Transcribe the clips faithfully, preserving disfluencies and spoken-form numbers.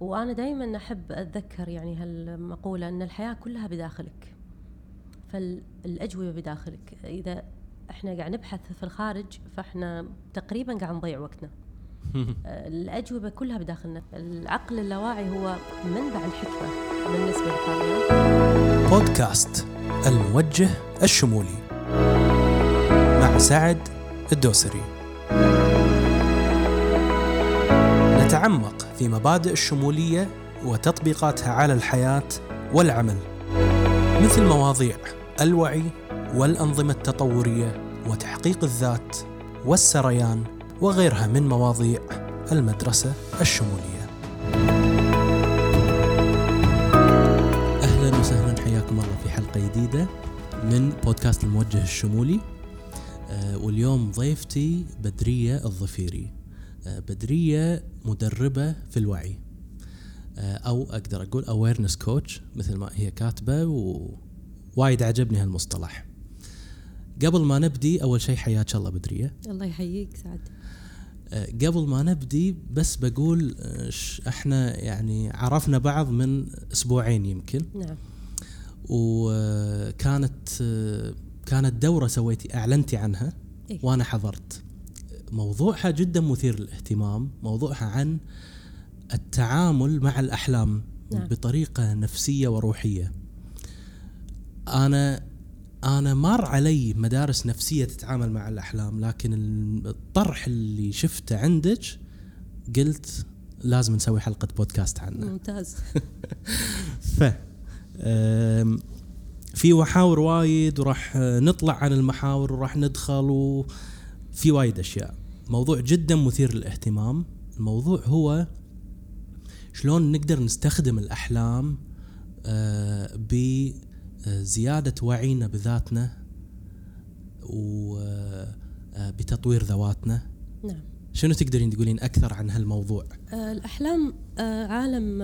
وأنا دايما أحب أتذكر يعني هالمقولة أن الحياة كلها بداخلك، فالأجوبة بداخلك. إذا إحنا قاعد نبحث في الخارج فإحنا تقريبا قاعد نضيع وقتنا. الأجوبة كلها بداخلنا. العقل اللاواعي هو منبع الحكمة بالنسبة لحاليا. بودكاست الموجه الشمولي مع سعد الدوسري. نتعمق في مبادئ الشمولية وتطبيقاتها على الحياة والعمل، مثل مواضيع الوعي والأنظمة التطورية وتحقيق الذات والسريان وغيرها من مواضيع المدرسة الشمولية. أهلا وسهلا، حياكم الله في حلقة جديدة من بودكاست الموجه الشمولي. واليوم ضيفتي بدرية الظفيري. بدرية مدربة في الوعي، أو أقدر أقول awareness coach مثل ما هي كاتبة، ووايد عجبني هالمصطلح. قبل ما نبدي، أول شيء حياك الله بدرية. الله يحييك سعد. قبل ما نبدي بس بقول احنا يعني عرفنا بعض من أسبوعين يمكن. نعم. وكانت كانت دورة سويتي أعلنتي عنها. إيه؟ وأنا حضرت. موضوعها جدا مثير للاهتمام، موضوعها عن التعامل مع الأحلام. نعم. بطريقة نفسية وروحية. أنا أنا مر علي مدارس نفسية تتعامل مع الأحلام، لكن الطرح اللي شفته عندك قلت لازم نسوي حلقة بودكاست عنه. ممتاز. ف في محاور وايد، وراح نطلع عن المحاور وراح ندخل وفي وايد أشياء. موضوع جدا مثير للاهتمام. الموضوع هو شلون نقدر نستخدم الأحلام بزيادة وعينا بذاتنا وبتطوير ذواتنا. نعم. شنو تقدرين تقولين أكثر عن هالموضوع؟ الأحلام عالم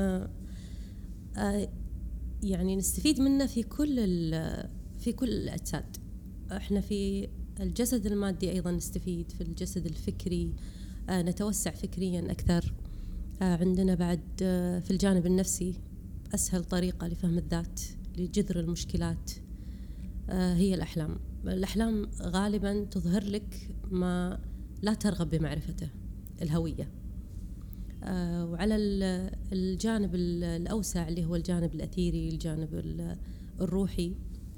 يعني نستفيد منه في كل في كل الأجساد. احنا في الجسد المادي أيضا نستفيد، في الجسد الفكري نتوسع فكريا أكثر. عندنا بعد في الجانب النفسي أسهل طريقة لفهم الذات، لجذر المشكلات هي الأحلام. الأحلام غالبا تظهر لك ما لا ترغب بمعرفته، الهوية. وعلى الجانب الأوسع اللي هو الجانب الأثيري، الجانب الروحي،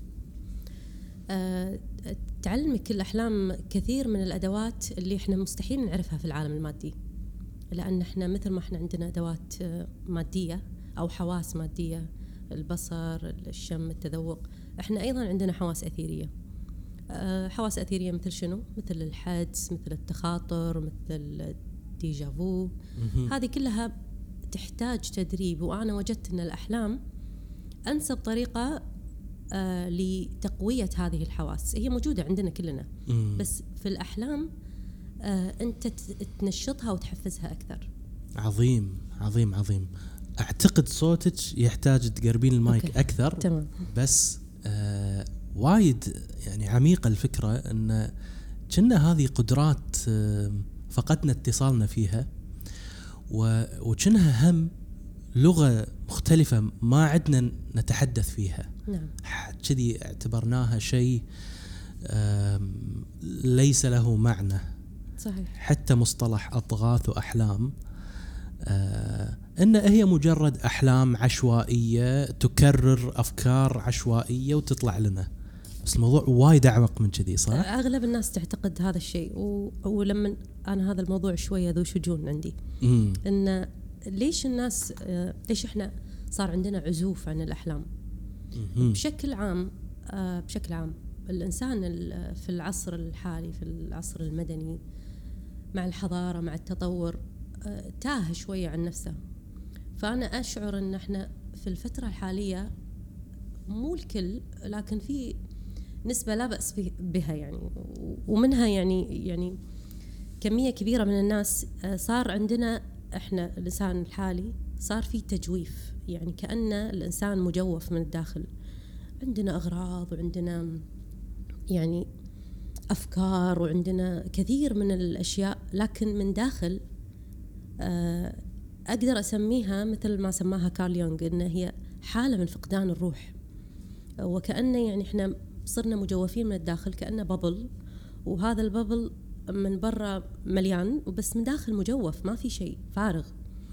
تعلمك الأحلام كثير من الأدوات اللي احنا مستحيل نعرفها في العالم المادي، لأن احنا مثل ما احنا عندنا أدوات مادية أو حواس مادية، البصر، الشم، التذوق، احنا أيضا عندنا حواس أثيرية. حواس أثيرية مثل شنو؟ مثل الحدس، مثل التخاطر، مثل الديجافو. هذه كلها تحتاج تدريب، وأنا وجدت أن الأحلام أنسب طريقة آه لتقوية هذه الحواس. هي موجودة عندنا كلنا، مم. بس في الأحلام آه أنت تنشطها وتحفزها أكثر. عظيم عظيم عظيم. أعتقد صوتك يحتاج تقربين المايك. أوكي. أكثر. تمام. بس آه وايد يعني عميقة الفكرة، أن كنا هذه قدرات آه فقدنا اتصالنا فيها، وكنها هم لغة مختلفة ما عدنا نتحدث فيها. نعم. كذي اعتبرناها شيء ليس له معنى. صحيح. حتى مصطلح أضغاث وأحلام، إن هي مجرد أحلام عشوائية تكرر أفكار عشوائية وتطلع لنا. بس الموضوع وايد أعمق من كذي، صح؟ أغلب الناس تعتقد هذا الشيء، و... ولما أنا هذا الموضوع شوية ذو شجون عندي. مم. إن ليش الناس ليش إحنا صار عندنا عزوف عن الأحلام؟ مم. بشكل عام بشكل عام الإنسان في العصر الحالي، في العصر المدني، مع الحضارة، مع التطور، تاه شوية عن نفسه. فأنا أشعر أن إحنا في الفترة الحالية، مو الكل لكن في نسبة لا بأس بها يعني، ومنها يعني يعني كمية كبيرة من الناس صار عندنا إحنا الإنسان الحالي صار فيه تجويف، يعني كأن الإنسان مجوف من الداخل. عندنا أغراض، وعندنا يعني أفكار، وعندنا كثير من الأشياء، لكن من داخل أقدر أسميها مثل ما سماها كارل يونغ، إن هي حالة من فقدان الروح، وكأنه يعني إحنا صرنا مجوفين من الداخل، كأنه بابل، وهذا البابل من برا مليان وبس من داخل مجوف، ما في شيء، فارغ.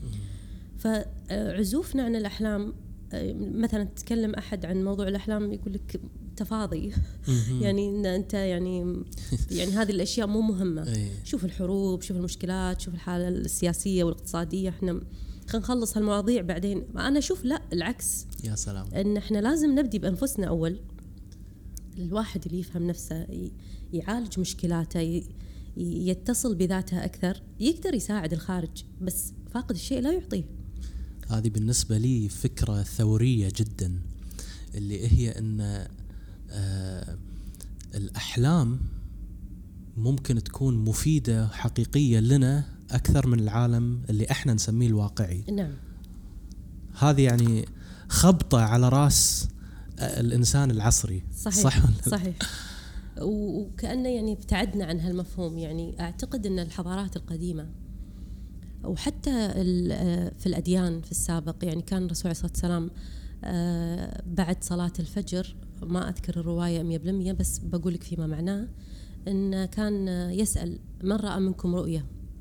فعزوفنا عن الأحلام، مثلا تتكلم أحد عن موضوع الأحلام يقول لك تفاضي يعني إن أنت يعني يعني هذه الأشياء مو مهمة. شوف الحروب، شوف المشكلات، شوف الحالة السياسية والاقتصادية، إحنا خلينا نخلص هالمواضيع بعدين. أنا أشوف لا، العكس، يا سلام، إن إحنا لازم نبدي بأنفسنا أول. الواحد اللي يفهم نفسه، يعالج مشكلاته، يتصل بذاته أكثر، يقدر يساعد الخارج، بس فاقد الشيء لا يعطيه. هذه بالنسبة لي فكرة ثورية جدا، اللي هي أن آه الأحلام ممكن تكون مفيدة حقيقية لنا أكثر من العالم اللي احنا نسميه الواقعي. نعم. هذه يعني خبطة على رأس الإنسان العصري. صحيح. صح؟ صحيح. وكأنه يعني ابتعدنا عن هالمفهوم. يعني أعتقد أن الحضارات القديمة وحتى في الأديان في السابق، يعني كان الرسول عليه الصلاة والسلام بعد صلاة الفجر، ما أذكر الرواية مية بالمية بس بقول لك فيما معناه، إن كان يسأل من رأى منكم رؤية.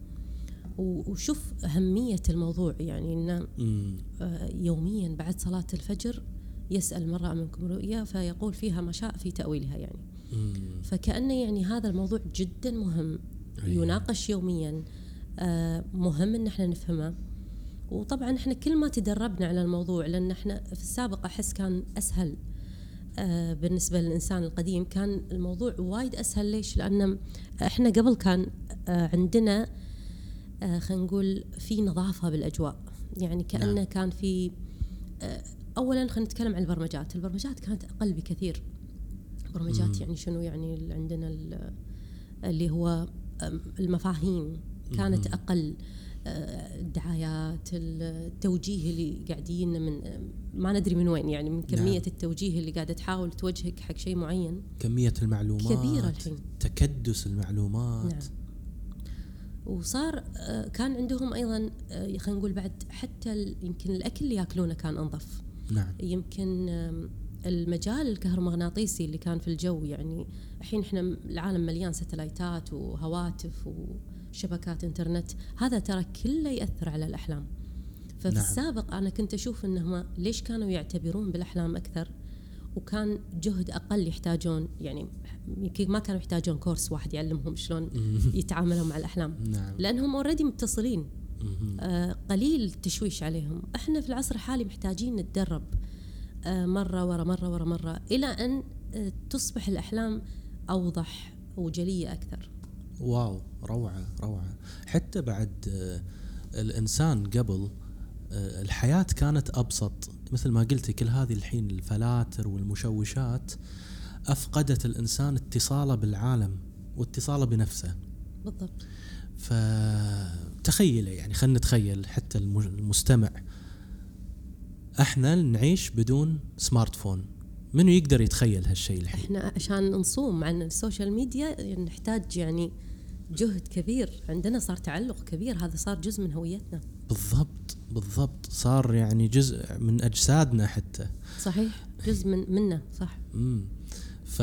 وشوف أهمية الموضوع، يعني إنه يوميا بعد صلاة الفجر يسأل من رأى منكم رؤية فيقول فيها ما شاء في تأويلها. يعني فكأنه يعني هذا الموضوع جدا مهم، يناقش يوميا، مهم إن احنا نفهمه. وطبعا احنا كل ما تدربنا على الموضوع، لأن احنا في السابق أحس كان أسهل بالنسبة للإنسان القديم، كان الموضوع وايد أسهل. ليش؟ لأن احنا قبل كان عندنا خلينا نقول في نظافة بالأجواء، يعني كأنه نعم. كان في أولا خلينا نتكلم عن البرمجات. البرمجات كانت أقل بكثير. برمجات يعني شنو؟ يعني عندنا اللي هو المفاهيم كانت أقل، الدعايات، التوجيه اللي قاعدين من ما ندري من وين، يعني من كمية نعم. التوجيه اللي قاعدة تحاول توجهك حق شيء معين، كمية المعلومات كبيرة الحين، تكدس المعلومات. نعم. وصار كان عندهم أيضا خلينا نقول بعد حتى يمكن الأكل اللي يأكلونه كان أنظف. نعم. يمكن المجال الكهرومغناطيسي اللي كان في الجو، يعني الحين احنا العالم مليان ستلايتات وهواتف وشبكات انترنت، هذا ترى كله يأثر على الأحلام. ففي نعم. السابق أنا كنت أشوف أنهم ليش كانوا يعتبرون بالأحلام أكثر، وكان جهد أقل يحتاجون، يعني ما كانوا يحتاجون كورس واحد يعلمهم شلون يتعاملوا مع الأحلام، نعم. لأنهم أوريدي متصلين، آه قليل التشويش عليهم. احنا في العصر الحالي محتاجين نتدرب آه مرة ورا مرة ورا مرة إلى أن آه تصبح الأحلام أوضح وجلية أكثر. واو، روعة روعة. حتى بعد آه الإنسان قبل آه الحياة كانت أبسط، مثل ما قلتي كل هذه الحين الفلاتر والمشوشات أفقدت الإنسان اتصاله بالعالم واتصاله بنفسه. بالضبط. فتخيل يعني خلنا نتخيل حتى المستمع، احنا نعيش بدون سمارت فون، منو يقدر يتخيل هالشيء الحين؟ احنا عشان نصوم عن السوشيال ميديا نحتاج يعني جهد كبير، عندنا صار تعلق كبير، هذا صار جزء من هويتنا. بالضبط بالضبط، صار يعني جزء من أجسادنا حتى. صحيح، جزء من منا، صح. امم ف...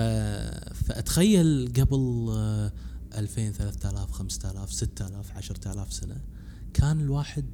فأتخيل قبل ألفين ثلاثة آلاف خمسة آلاف ستة آلاف عشرة آلاف سنة كان الواحد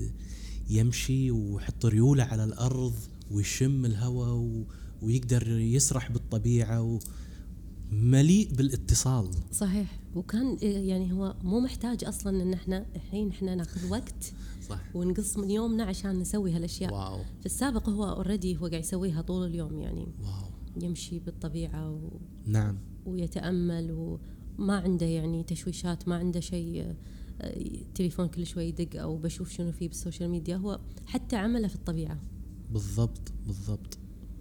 يمشي ويحط ريوله على الأرض ويشم الهواء و... ويقدر يسرح بالطبيعة ومليء بالاتصال. صحيح. وكان يعني هو مو محتاج أصلا إن احنا الحين احنا ناخذ وقت صح. ونقص من يومنا عشان نسوي هالأشياء. واو. في السابق هو أوريدي هو قاعد يسويها طول اليوم، يعني واو. يمشي بالطبيعة و... نعم. ويتأمل وما عنده يعني تشويشات، ما عنده شيء تليفون كل شوي يدق أو بشوف شنو فيه بالسوشيال ميديا، هو حتى عمله في الطبيعة. بالضبط بالضبط.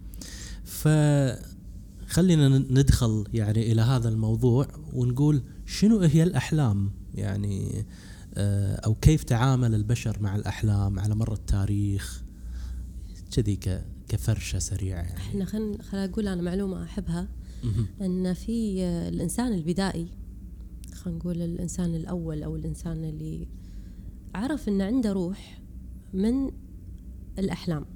فخلينا ندخل يعني إلى هذا الموضوع ونقول شنو هي الأحلام، يعني أو كيف تعامل البشر مع الأحلام على مر التاريخ كذي كفرشة سريعة. يعني احنا خلينا خل أقول أنا معلومة أحبها، أن في الإنسان البدائي، خلينا نقول الإنسان الأول أو الإنسان اللي عرف أن عنده روح، من الأحلام،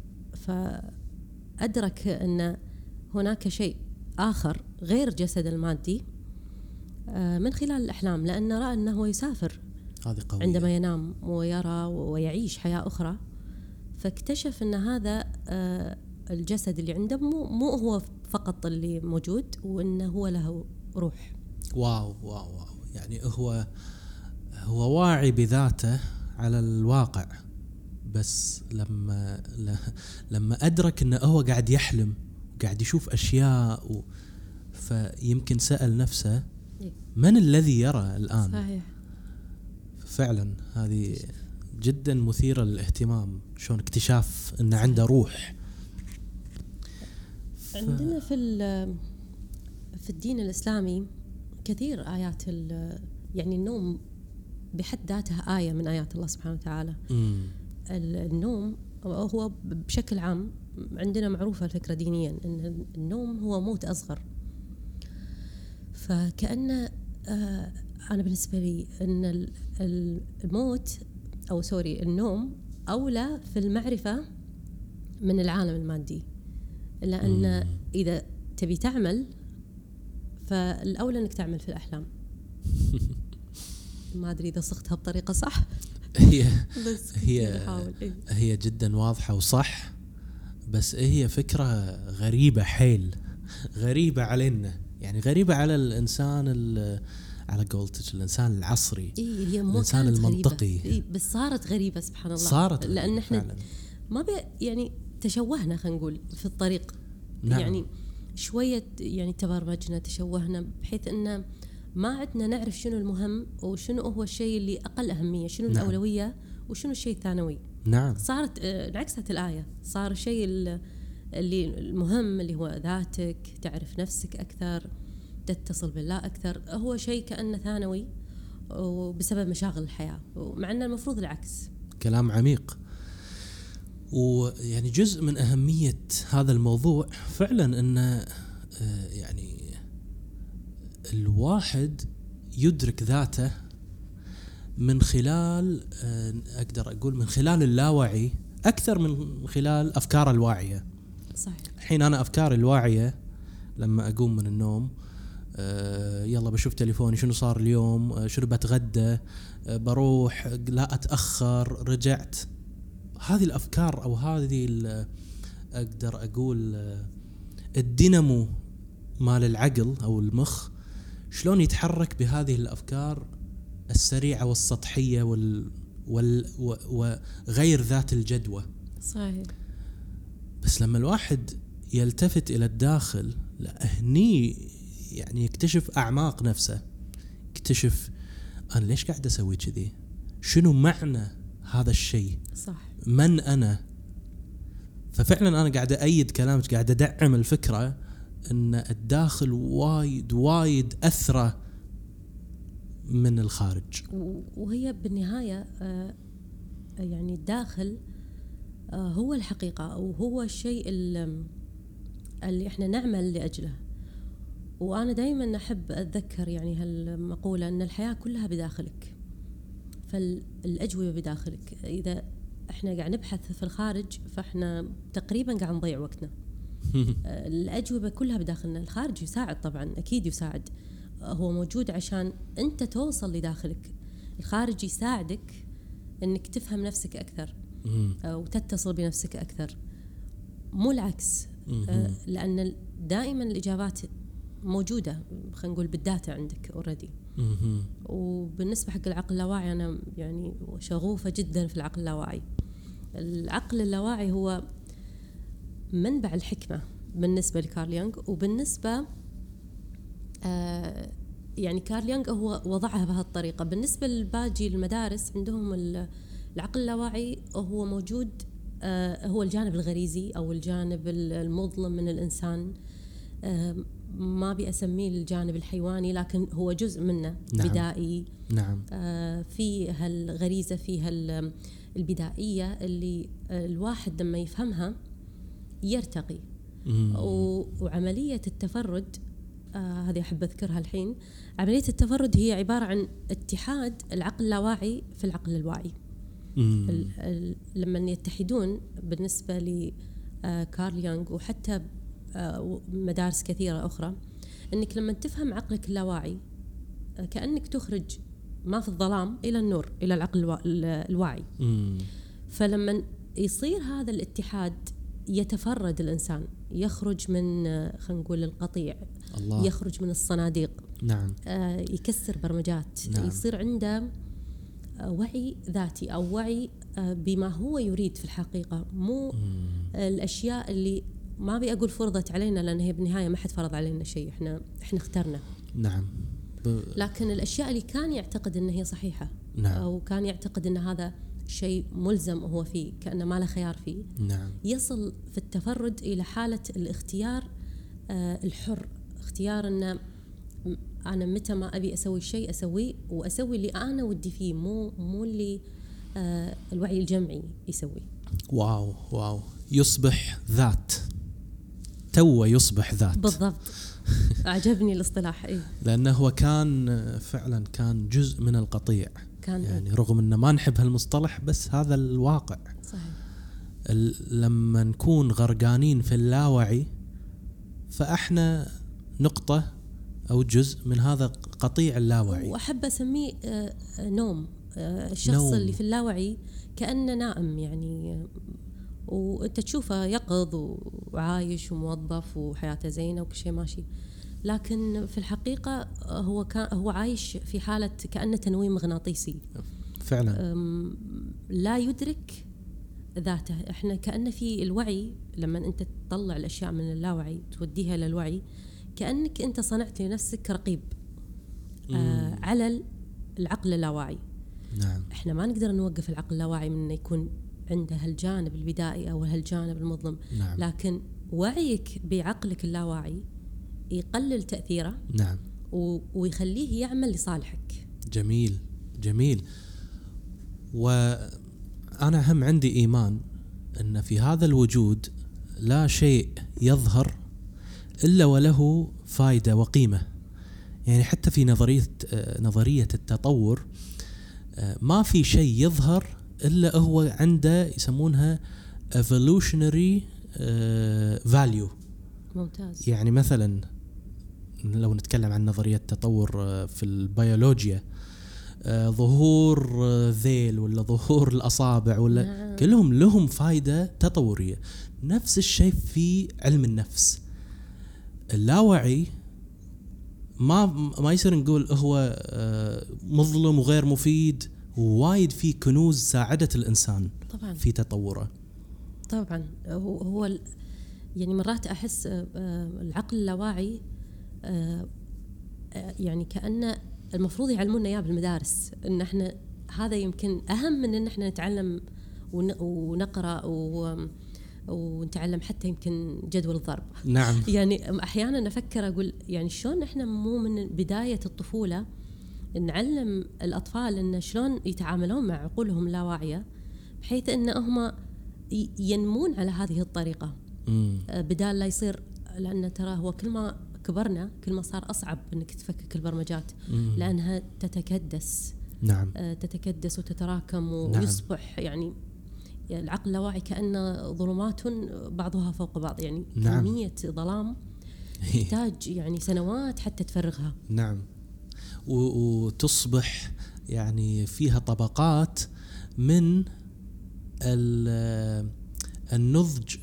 فأدرك أن هناك شيء آخر غير جسد المادي من خلال الأحلام، لأن رأى أنه يسافر هذه قوية. عندما ينام ويرى ويعيش حياة أخرى، فاكتشف أن هذا الجسد اللي عنده مو, مو هو فقط اللي موجود، وأنه هو له روح. واو واو واو يعني هو هو واعي بذاته على الواقع، بس لما لما أدرك أنه هو قاعد يحلم قاعد يشوف أشياء و فيمكن سأل نفسه من الذي يرى الآن؟ صحيح. فعلا هذه جدا مثيرة للاهتمام، شلون اكتشاف أن عنده روح. ف... عندنا في في الدين الإسلامي كثير آيات، يعني النوم بحد ذاتها آية من آيات الله سبحانه وتعالى. م. النوم هو بشكل عام عندنا معروفة الفكرة دينيا أن النوم هو موت أصغر، فكأن آه أنا بالنسبة لي أن الموت أو سوري النوم أولى في المعرفة من العالم المادي، لأن م. إذا تبي تعمل فالأولى أنك تعمل في الأحلام. ما أدري إذا صغتها بطريقة صح. هي بس هي هي جدا واضحة وصح، بس هي فكرة غريبة حيل، غريبة علينا، يعني غريبة على الإنسان على قولتك الإنسان العصري. إيه هي الإنسان المنطقي. إيه بس صارت غريبة سبحان الله. صارت لأن إحنا فعلا. ما بي يعني تشوهنا، خلينا نقول في الطريق. نعم. يعني شوية يعني تبرمجنا، تشوهنا بحيث إنه ما عدنا نعرف شنو المهم وشنو هو الشيء اللي أقل أهمية، شنو نعم. الأولوية وشنو الشيء الثانوي. نعم. صارت انعكست الآية، صار الشيء اللي المهم اللي هو ذاتك، تعرف نفسك أكثر، تتصل بالله أكثر، هو شيء كأنه ثانوي وبسبب مشاغل الحياة، ومع أن المفروض العكس. كلام عميق، ويعني جزء من أهمية هذا الموضوع فعلا أنه يعني الواحد يدرك ذاته من خلال أقدر أقول من خلال اللاوعي أكثر من خلال أفكار الواعية. صحيح. الحين أنا أفكاري الواعية لما أقوم من النوم أه يلا بشوف تليفوني شنو صار اليوم، أه شنو بتغدى، أه بروح لا أتأخر رجعت. هذه الأفكار أو هذه أقدر أقول الدينامو مال العقل أو المخ شلون يتحرك بهذه الأفكار السريعة والسطحية وال وال وغير ذات الجدوى. صحيح. بس لما الواحد يلتفت إلى الداخل، لا هني يعني يكتشف أعماق نفسه، يكتشف أنا ليش قاعد أسوي كذي، شنو معنى هذا الشيء، صح. من أنا. ففعلا أنا قاعد أأيد كلامك، قاعد أدعم الفكرة أن الداخل وايد وايد أثرى من الخارج. وهي بالنهاية آه يعني الداخل آه هو الحقيقة، أو هو الشيء اللي إحنا نعمل لأجله. وأنا دايما أحب أتذكر يعني هالمقولة أن الحياة كلها بداخلك، فالأجوبة بداخلك. إذا إحنا قاعد نبحث في الخارج فإحنا تقريبا قاعد نضيع وقتنا. الأجوبة كلها بداخلنا. الخارج يساعد طبعا، أكيد يساعد، هو موجود عشان أنت توصل لداخلك. الخارج يساعدك أنك تفهم نفسك أكثر وتتصل بنفسك أكثر، مو العكس. لأن دائما الإجابات موجودة، خلينا نقول بالداتا عندك أوريدي. وبالنسبة حق العقل اللاواعي أنا يعني شغوفة جدا في العقل اللاواعي. العقل اللاواعي هو منبع الحكمة بالنسبة لكارل يونغ، وبالنسبة آه يعني كارل يونغ هو وضعها بهالطريقة. بالنسبة للباقي المدارس عندهم العقل اللاواعي هو موجود، آه هو الجانب الغريزي أو الجانب المظلم من الإنسان. آه ما بيسميه الجانب الحيواني، لكن هو جزء منه. نعم. بدائي. نعم. آه في هالغريزة، في هالبدائية اللي الواحد لما يفهمها يرتقي. وعملية التفرد آه هذه أحب أذكرها الحين. عملية التفرد هي عبارة عن اتحاد العقل اللاواعي في العقل الواعي. ال ال لما يتحدون بالنسبة لكارل يونغ وحتى مدارس كثيرة أخرى، أنك لما تفهم عقلك اللاواعي كأنك تخرج ما في الظلام إلى النور، إلى العقل الواعي. مم. فلما يصير هذا الاتحاد يتفرد الإنسان، يخرج من خلينا نقول القطيع، الله. يخرج من الصناديق، نعم. آه يكسر برمجات، نعم. يصير عنده وعي ذاتي أو وعي آه بما هو يريد في الحقيقة، مو مم. الأشياء اللي ما أبي أقول فرضت علينا، لأن هي بالنهاية ما حد فرض علينا شيء، إحنا إحنا اخترنا. نعم. ب... لكن الأشياء اللي كان يعتقد أن هي صحيحة، نعم. أو كان يعتقد أن هذا شيء ملزم وهو فيه، كأنه ما له خيار فيه، نعم. يصل في التفرد إلى حالة الاختيار آه الحر، اختيار أن أنا متى ما أبي أسوي شيء أسويه، وأسوي اللي أنا ودي فيه، مو مو اللي آه الوعي الجمعي يسوي. واو واو، يصبح ذات، تو يصبح ذات. بالضبط. أعجبني الاصطلاح. إيه؟ لأنه هو كان فعلا كان جزء من القطيع، كان يعني رغم أن ما نحب هالمصطلح بس هذا الواقع. صحيح. لما نكون غرقانين في اللاوعي فإحنا نقطة أو جزء من هذا قطيع اللاوعي. وأحب أسميه نوم. الشخص نوم. اللي في اللاوعي كأنه نائم يعني، وأنت تشوفه يقظ وعايش وموظف وحياته زينة وكل شيء ماشي، لكن في الحقيقة هو كان هو عايش في حالة كأنه تنويم مغناطيسي فعلا، لا يدرك ذاته. احنا كأنه في الوعي لما أنت تطلع الأشياء من اللاوعي توديها للوعي، كأنك أنت صنعت لنفسك رقيب آه على العقل اللاواعي. نعم. احنا ما نقدر نوقف العقل اللاواعي من يكون عنده هالجانب البدائي أو هالجانب المظلم. نعم. لكن وعيك بعقلك اللاواعي يقلل تأثيره. نعم. ويخليه يعمل لصالحك. جميل جميل. وأنا هم عندي إيمان أن في هذا الوجود لا شيء يظهر إلا وله فائدة وقيمة. يعني حتى في نظرية نظرية التطور ما في شيء يظهر إلا هو عنده يسمونها evolutionary value. ممتاز. يعني مثلا لو نتكلم عن نظرية التطور في البيولوجيا، ظهور ذيل ولا ظهور الأصابع ولا نعم. كلهم لهم فائدة تطورية. نفس الشيء في علم النفس. اللاوعي ما ما يصير نقول هو مظلم وغير مفيد، ووايد في كنوز ساعدت الإنسان طبعا في تطوره. طبعا هو هو يعني مرات أحس العقل اللاواعي يعني كأنه المفروض يعلمونا إياه بالمدارس، إن إحنا هذا يمكن أهم من إن إحنا نتعلم ونقرأ ونتعلم حتى يمكن جدول الضرب. نعم. يعني أحيانا أفكر أقول يعني شلون إحنا مو من بداية الطفولة نعلم الأطفال إن شلون يتعاملون مع عقولهم اللاواعية، بحيث إن هم ينمون على هذه الطريقة. مم. بدال لا يصير، لأن ترى هو كل ما كبرنا كل ما صار أصعب إنك تفكك البرمجات، مم. لأنها تتكدس. نعم. تتكدس وتتراكم ويصبح نعم. يعني العقل اللاواعي كأنه ظلمات بعضها فوق بعض، يعني نعم. كمية ظلام تحتاج يعني سنوات حتى تفرغها. نعم. وتصبح يعني فيها طبقات من النضج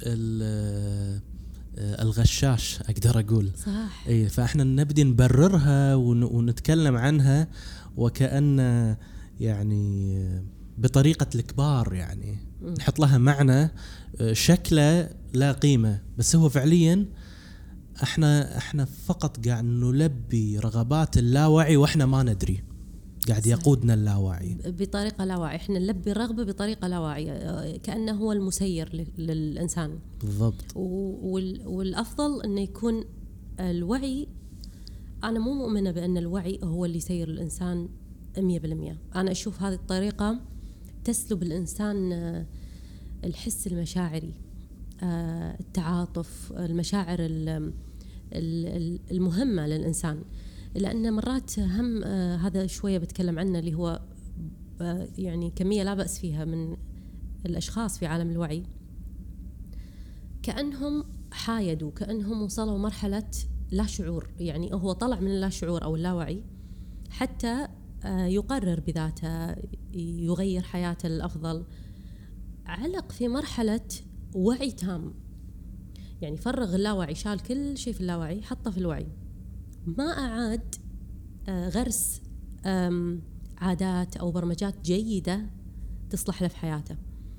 الغشاش أقدر أقول. صح. إيه، فإحنا نبدي نبررها ونتكلم عنها وكأن يعني بطريقة الكبار، يعني م. نحط لها معنى شكله لا قيمة، بس هو فعليا احنا احنا فقط قاعد نلبي رغبات اللاوعي واحنا ما ندري، قاعد يقودنا اللاوعي بطريقة لا واعية. احنا نلبي الرغبة بطريقة لا واعية كأنه هو المسير للإنسان. بالضبط. والأفضل أنه يكون الوعي. أنا مو مؤمنة بأن الوعي هو اللي يسير الإنسان مية بالمية. أنا أشوف هذه الطريقة تسلب الإنسان الحس المشاعري، التعاطف، المشاعر المهمة للإنسان. لأن مرات هم هذا شوية بتكلم عنه، اللي هو يعني كمية لا بأس فيها من الأشخاص في عالم الوعي كأنهم حايدوا، كأنهم وصلوا مرحلة لا شعور. يعني هو طلع من اللا شعور أو اللاوعي حتى يقرر بذاته، يغير حياته للأفضل، علق في مرحلة وعي تام. يعني فرغ اللاوعي، شال كل شيء في اللاوعي حطه في الوعي، ما أعاد غرس عادات أو برمجات جيدة تصلح له في حياته.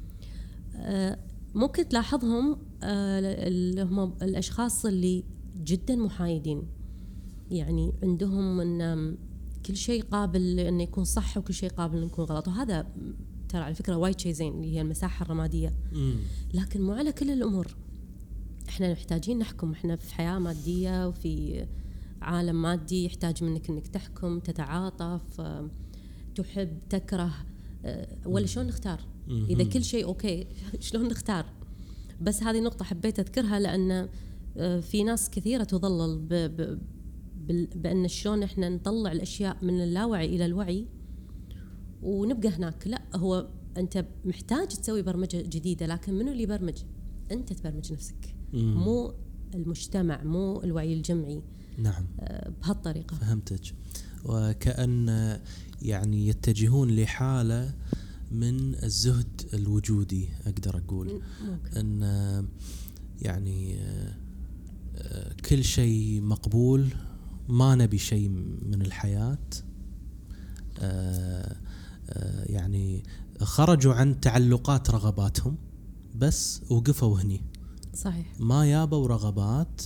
ممكن تلاحظهم اللي هم الأشخاص اللي جدا محايدين، يعني عندهم أن كل شيء قابل أن يكون صح وكل شيء قابل أن يكون غلط. وهذا ترى على فكرة وايد شيء زين، اللي هي المساحة الرمادية. لكن مو على كل الأمور. إحنا محتاجين نحكم، إحنا في حياة مادية وفي عالم مادي يحتاج منك أنك تحكم، تتعاطف، تحب، تكره، ولا شلون نختار؟ إذا كل شيء أوكي شلون نختار؟ بس هذه نقطة حبيت أذكرها، لأن في ناس كثيرة تضلل ب ب بأن شلون إحنا نطلع الأشياء من اللاوعي إلى الوعي ونبقى هناك. لا، هو أنت محتاج تسوي برمجة جديدة، لكن منو اللي يبرمج؟ أنت تبرمج نفسك، مم. مو المجتمع، مو الوعي الجمعي. نعم، بهالطريقة فهمتك. وكأن يعني يتجهون لحالة من الزهد الوجودي، أقدر أقول ممكن. أن يعني كل شيء مقبول، ما نبي شيء من الحياة. يعني خرجوا عن تعلقات رغباتهم بس وقفوا هني. صحيح. ما يابوا رغبات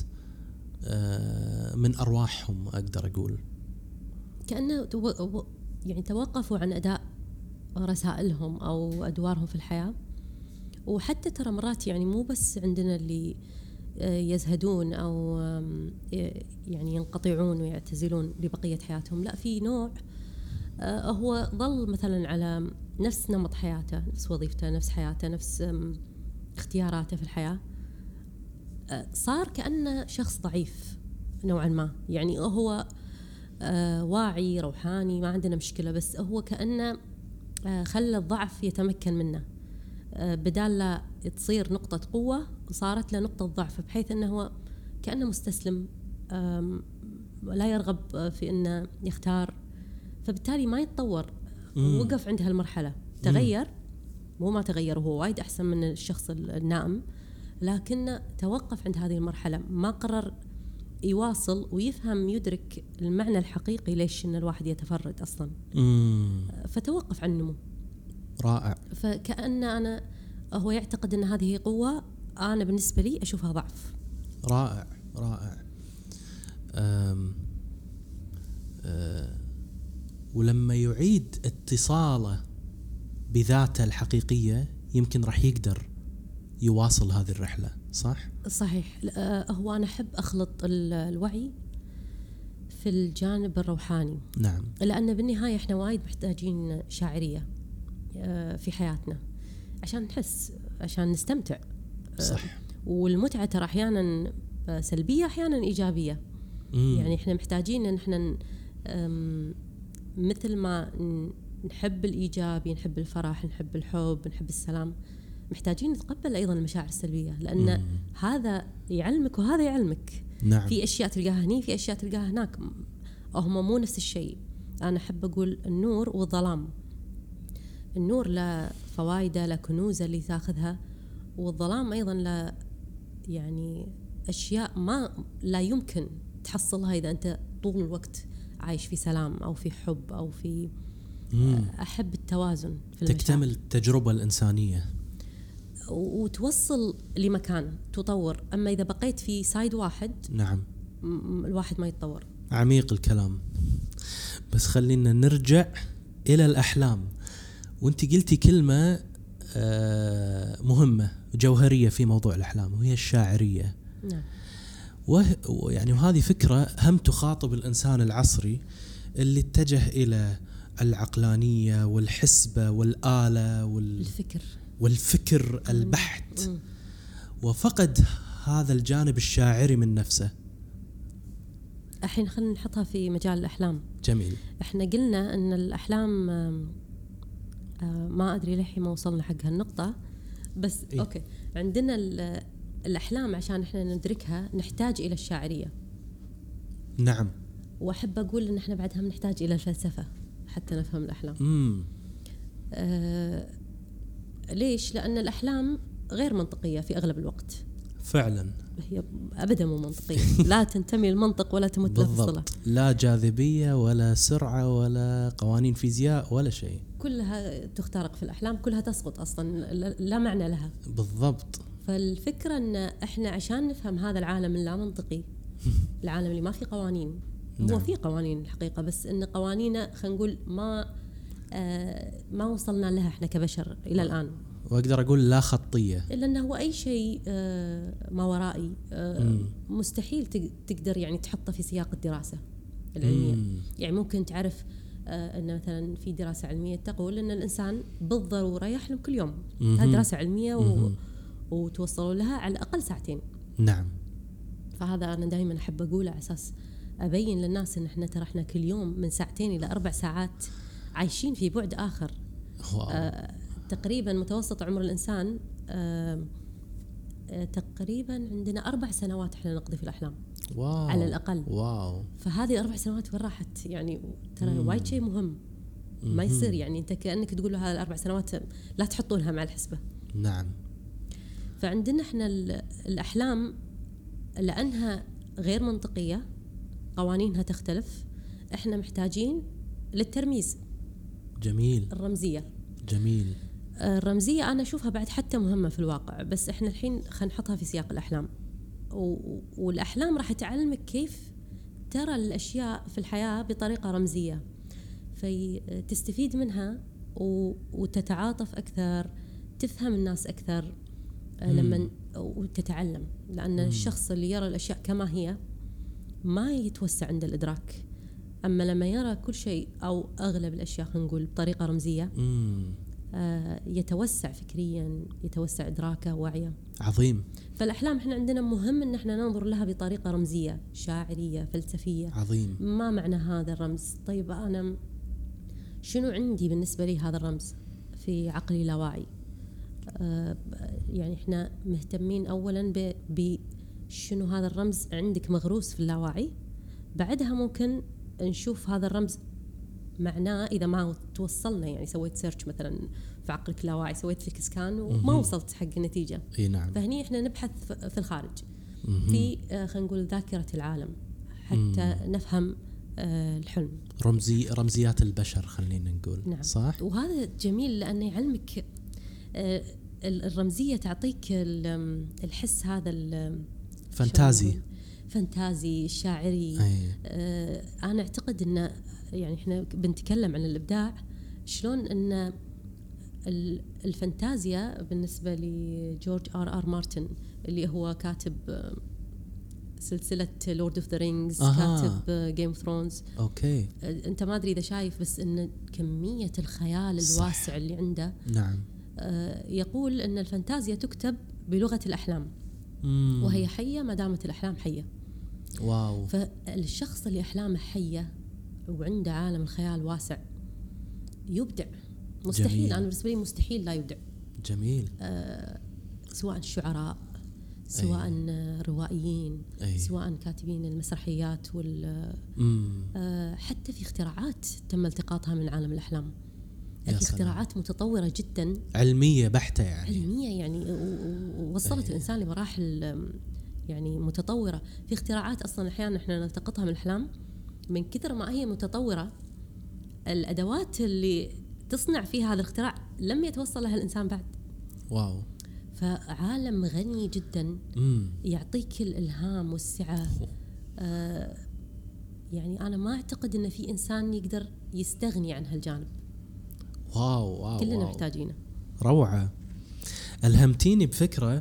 من أرواحهم، أقدر أقول كأنه يعني توقفوا عن أداء رسائلهم أو أدوارهم في الحياة. وحتى ترى مرات يعني مو بس عندنا اللي يزهدون أو يعني ينقطعون ويعتزلون لبقية حياتهم، لا، في نوع هو ظل مثلا على نفس نمط حياته، نفس وظيفته، نفس حياته، نفس اختياراته في الحياة، صار كأنه شخص ضعيف نوعا ما. يعني هو واعي روحاني، ما عندنا مشكلة، بس هو كأنه خلى الضعف يتمكن منه، بدال لا تصير نقطة قوة صارت له نقطة ضعف، بحيث أنه هو كأنه مستسلم، لا يرغب في أنه يختار، فبالتالي ما يتطور. وقف عند هالمرحلة، تغير، مو ما تغير، هو وايد أحسن من الشخص النائم، لكن توقف عند هذه المرحلة، ما قرر يواصل ويفهم يدرك المعنى الحقيقي ليش إن الواحد يتفرد أصلا. مم. فتوقف عن النمو. رائع. فكأن أنا هو يعتقد أن هذه قوة، أنا بالنسبة لي أشوفها ضعف. رائع رائع. أم أه ولما يعيد اتصاله بذاته الحقيقية يمكن راح يقدر يواصل هذه الرحلة. صح؟ صحيح. هو أنا أحب أخلط الوعي في الجانب الروحاني. نعم. لأن بالنهاية إحنا وايد محتاجين شاعرية في حياتنا عشان نحس، عشان نستمتع. صح. والمتعة ترى أحيانا سلبية أحيانا إيجابية. مم. يعني إحنا محتاجين إن إحنا مثل ما نحب الإيجابي، نحب الفرح، نحب الحب، نحب السلام، محتاجين نتقبل أيضا المشاعر السلبية، لأن مم. هذا يعلمك وهذا يعلمك. نعم. في أشياء تلقاها هني، في أشياء تلقاها هناك، هم مو نفس الشيء. أنا أحب أقول النور والظلام. النور له فوائده، له كنوزه اللي تاخذها، والظلام أيضا له يعني أشياء ما لا يمكن تحصلها إذا أنت طول الوقت عايش في سلام أو في حب أو في مم. أحب التوازن في المشاعر. تكتمل التجربة الإنسانية وتوصل لمكان تطور. أما إذا بقيت في سايد واحد، نعم، الواحد ما يتطور. عميق الكلام. بس خلينا نرجع إلى الأحلام. وانت قلتي كلمة مهمة جوهرية في موضوع الأحلام، وهي الشاعرية. نعم. ويعني وهذه فكرة هم تخاطب الإنسان العصري اللي اتجه إلى العقلانية والحسبة والآلة وال... الفكر والفكر البحت، وفقد هذا الجانب الشاعري من نفسه. الحين خلينا نحطها في مجال الأحلام. جميل. احنا قلنا أن الأحلام آه ما أدري لحين ما وصلنا حق هالنقطة، بس إيه؟ أوكي. عندنا الأحلام عشان إحنا ندركها نحتاج إلى الشاعرية. نعم. وأحب أقول إن إحنا بعدها نحتاج إلى الفلسفة حتى نفهم الأحلام. مم. آه ليش؟ لأن الأحلام غير منطقية في أغلب الوقت. فعلا هي أبدا مو منطقية. لا تنتمي المنطق ولا تمت له في الصلة. لا جاذبية ولا سرعة ولا قوانين فيزياء ولا شيء، كلها تخترق في الأحلام، كلها تسقط أصلا، لا معنى لها. بالضبط. فالفكرة أن إحنا عشان نفهم هذا العالم اللا منطقي، العالم اللي ما فيه قوانين، نعم. هو فيه قوانين الحقيقة، بس إن قوانينه خلينا نقول ما آه ما وصلنا لها إحنا كبشر إلى الآن. وأقدر أقول لا خطية، إلا أنه هو أي شيء آه ما ورائي آه مستحيل تقدر يعني تحطه في سياق الدراسة العلمية. مم. يعني ممكن تعرف آه أن مثلا في دراسة علمية تقول أن الإنسان بالضرورة يحلم كل يوم. هذه دراسة علمية و... وتوصلوا لها على الأقل ساعتين. نعم. فهذا أنا دائما أحب أقوله على أساس أبين للناس أن إحنا ترى إحنا كل يوم من ساعتين إلى أربع ساعات عايشين في بعد آخر. آه تقريبا متوسط عمر الإنسان آه آه تقريبا عندنا أربع سنوات إحنا نقضي في الأحلام. واو. على الأقل. واو. فهذه أربع سنوات وين راحت؟ يعني ترى وايد شيء مهم. ما يصير يعني أنت كأنك تقول له هذه الأربع سنوات لا تحطونها مع الحسبة. نعم. فعندنا إحنا الأحلام لأنها غير منطقية، قوانينها تختلف، إحنا محتاجين للترميز. جميل. الرمزية. جميل. الرمزية أنا أشوفها بعد حتى مهمة في الواقع، بس إحنا الحين خلينا نحطها في سياق الأحلام. والأحلام راح تعلمك كيف ترى الأشياء في الحياة بطريقة رمزية، فتستفيد منها وتتعاطف أكثر، تفهم الناس أكثر لما وتتعلم. لأن مم. الشخص اللي يرى الأشياء كما هي ما يتوسع عند الإدراك، أما لما يرى كل شيء أو أغلب الأشياء خلينا نقول بطريقة رمزية آه يتوسع فكريا، يتوسع إدراكه ووعيه. عظيم. فالأحلام إحنا عندنا مهم إن إحنا ننظر لها بطريقة رمزية شاعرية فلسفية. عظيم. ما معنى هذا الرمز؟ طيب أنا شنو عندي بالنسبة لي هذا الرمز في عقلي اللاواعي؟ آه يعني إحنا مهتمين أولا بشنو هذا الرمز عندك مغروس في اللاواعي، بعدها ممكن نشوف هذا الرمز معناه إذا ما توصلنا، يعني سويت سيرش مثلا في عقلك اللاواعي، سويت فيك سكان وما وصلت حق النتيجة. إيه نعم. فهني إحنا نبحث في الخارج في آه خلينا نقول ذاكرة العالم حتى مم. نفهم آه الحلم. رمزي رمزيات البشر خلينا نقول. نعم. صح. وهذا جميل لأنه يعلمك آه الرمزية تعطيك الحس هذا فانتازي فانتازي الشاعري. آه أنا أعتقد أن يعني إحنا بنتكلم عن الإبداع، شلون أن الفانتازيا بالنسبة لجورج آر آر مارتن اللي هو كاتب سلسلة لورد اوف ذا رينجز، كاتب جيم اوف ثرونز. اوكي. انت ما ادري اذا شايف، بس ان كمية الخيال الواسع صح. اللي عنده. نعم. يقول ان الفانتازيا تكتب بلغة الأحلام. مم. وهي حية ما دامت الأحلام حية. واو. فالشخص اللي أحلامه حية وعنده عالم الخيال واسع يبدع. مستحيل. جميل. أنا بالنسبة لي مستحيل لا يبدع. جميل. آه سواء شعراء، سواء أي. روائيين، أي. سواء كاتبين المسرحيات وال آه حتى في اختراعات تم التقاطها من عالم الأحلام. في اختراعات متطورة جدا، علمية بحتة يعني. علمية يعني ووصلت أي. الإنسان لمراحل يعني متطورة. في اختراعات أصلا أحيانا إحنا نلتقطها من الأحلام من كثر ما هي متطورة، الأدوات اللي تصنع فيها هذا الاختراع لم يتوصل لها الإنسان بعد. واو. فعالم غني جدا مم. يعطيك الإلهام والسعة. آه يعني أنا ما أعتقد أن في إنسان يقدر يستغني عن هالجانب. واو واو. كلنا واو. محتاجينه. روعة. ألهمتيني بفكرة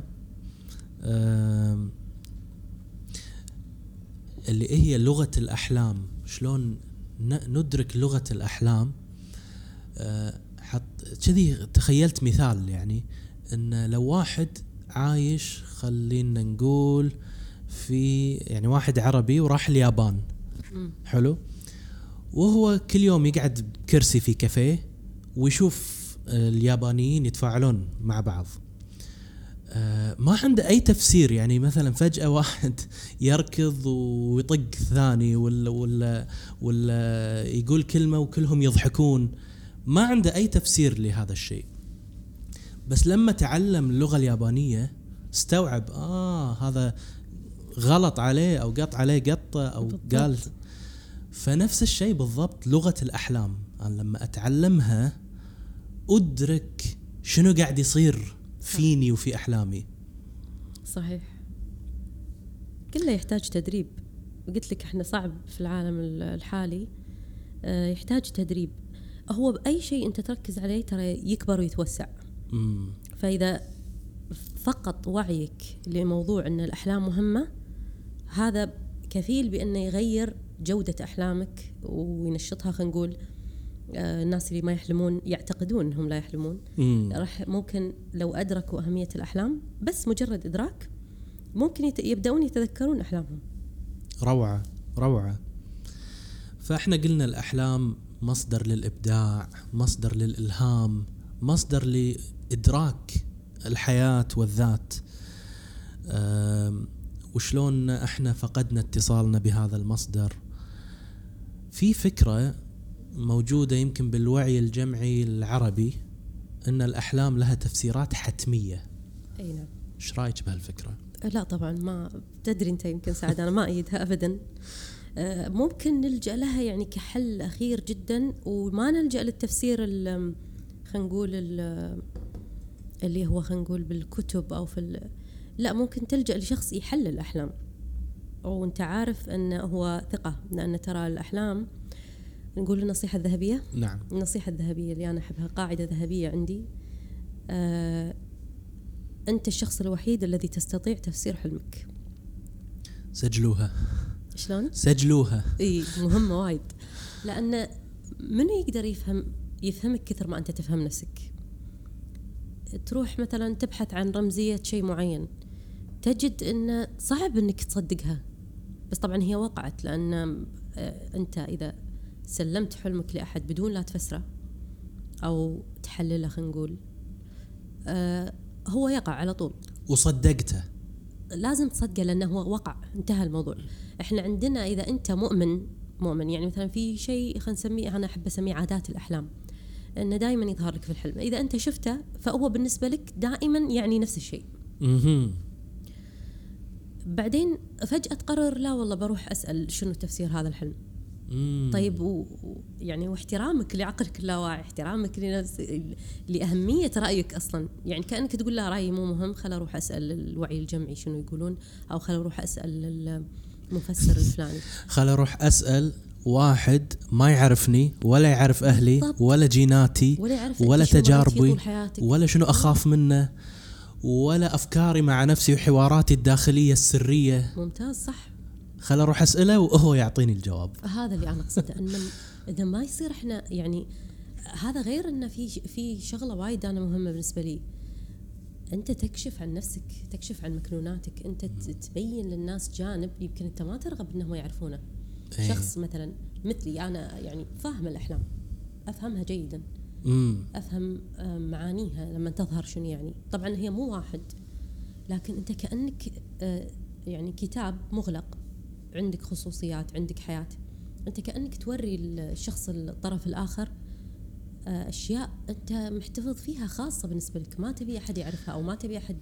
اللي هي لغة الأحلام. شلون ندرك لغة الأحلام؟ حط كذي تخيلت مثال، يعني إن لو واحد عايش خلينا نقول في يعني واحد عربي وراح اليابان. م. حلو. وهو كل يوم يقعد بكرسي في كافيه ويشوف اليابانيين يتفاعلون مع بعض. آه ما عنده أي تفسير، يعني مثلا فجأة واحد يركض ويطق ثاني ولا ولا ولا يقول كلمة وكلهم يضحكون، ما عنده أي تفسير لهذا الشيء. بس لما تعلم اللغة اليابانية استوعب آه هذا غلط عليه أو قط عليه قطة أو بالضبط. قال. فنفس الشيء بالضبط لغة الأحلام، أنا لما أتعلمها أدرك شنو قاعد يصير فيني وفي أحلامي. صحيح، كله يحتاج تدريب. قلت لك احنا صعب في العالم الحالي، يحتاج تدريب. هو بأي شيء أنت تركز عليه ترى يكبر ويتوسع. مم. فإذا فقط وعيك لموضوع أن الأحلام مهمة، هذا كفيل بأنه يغير جودة أحلامك وينشطها. خلينا نقول آه الناس اللي ما يحلمون يعتقدون أنهم لا يحلمون، راح ممكن لو أدركوا أهمية الأحلام، بس مجرد إدراك ممكن يت... يبدأون يتذكرون أحلامهم. روعة روعة. فإحنا قلنا الأحلام مصدر للإبداع، مصدر للإلهام، مصدر لإدراك الحياة والذات. وشلون احنا فقدنا اتصالنا بهذا المصدر. في فكرة موجودة يمكن بالوعي الجمعي العربي ان الأحلام لها تفسيرات حتمية. اي نعم. ايش رايك بهالفكرة؟ لا طبعا ما تدري انت، يمكن سعد انا ما ايدها ابدا. ممكن نلجأ لها يعني كحل أخير جدا، وما نلجأ للتفسير خلينا نقول اللي هو خلينا نقول بالكتب أو في، لا ممكن تلجأ لشخص يحلل الأحلام، وانت عارف أنه هو ثقة، لأن ترى الأحلام نقول النصيحة الذهبية. نعم. النصيحة الذهبية اللي أنا أحبها، قاعدة ذهبية عندي، آه أنت الشخص الوحيد الذي تستطيع تفسير حلمك. سجلوها. شلون؟ سجلوها. اي مهمة وايد، لأن من يقدر يفهم يفهمك كثر ما أنت تفهم نفسك. تروح مثلا تبحث عن رمزية شيء معين، تجد أنه صعب أنك تصدقها، بس طبعا هي وقعت، لأن أنت إذا سلمت حلمك لأحد بدون لا تفسره أو تحلله خلينا نقول، آه هو يقع على طول. وصدقته. لازم تصدقه لأنه هو وقع، انتهى الموضوع. احنا عندنا إذا أنت مؤمن مؤمن يعني مثلا في شيء خلينا نسميه، أنا أحب أسميه عادات الأحلام، إنه دائما يظهر لك في الحلم، إذا أنت شفته فهو بالنسبة لك دائما يعني نفس الشيء. بعدين فجأة تقرر لا والله بروح أسأل شنو تفسير هذا الحلم. مم. طيب و يعني واحترامك لعقلك اللاواعي، احترامك لنفس لأهمية رأيك أصلا، يعني كأنك تقول لا رأيي مو مهم، خل أروح أسأل الوعي الجمعي شنو يقولون، أو خل أروح أسأل المفسر الفلاني، خل أروح أسأل واحد ما يعرفني ولا يعرف أهلي بالضبط. ولا جيناتي ولا, يعرف ولا تجاربي ولا شنو أخاف منه ولا أفكاري مع نفسي وحواراتي الداخلية السرية. ممتاز صح. خل أروح أسأله وهو يعطيني الجواب. هذا اللي أنا أقصده، أن إذا ما يصير إحنا يعني هذا، غير أن في في شغلة وايد أنا مهمة بالنسبة لي، أنت تكشف عن نفسك، تكشف عن مكنوناتك، أنت تبين للناس جانب يمكن أنت ما ترغب أنهم يعرفونه. أيه. شخص مثلا مثلي أنا يعني فاهم الأحلام، أفهمها جيدا، مم. أفهم معانيها لما تظهر شنو يعني. طبعا هي مو واحد، لكن أنت كأنك يعني كتاب مغلق، عندك خصوصيات، عندك حياة، أنت كأنك توري الشخص الطرف الآخر أشياء أنت محتفظ فيها خاصة بالنسبة لك، ما تبي أحد يعرفها أو ما تبي أحد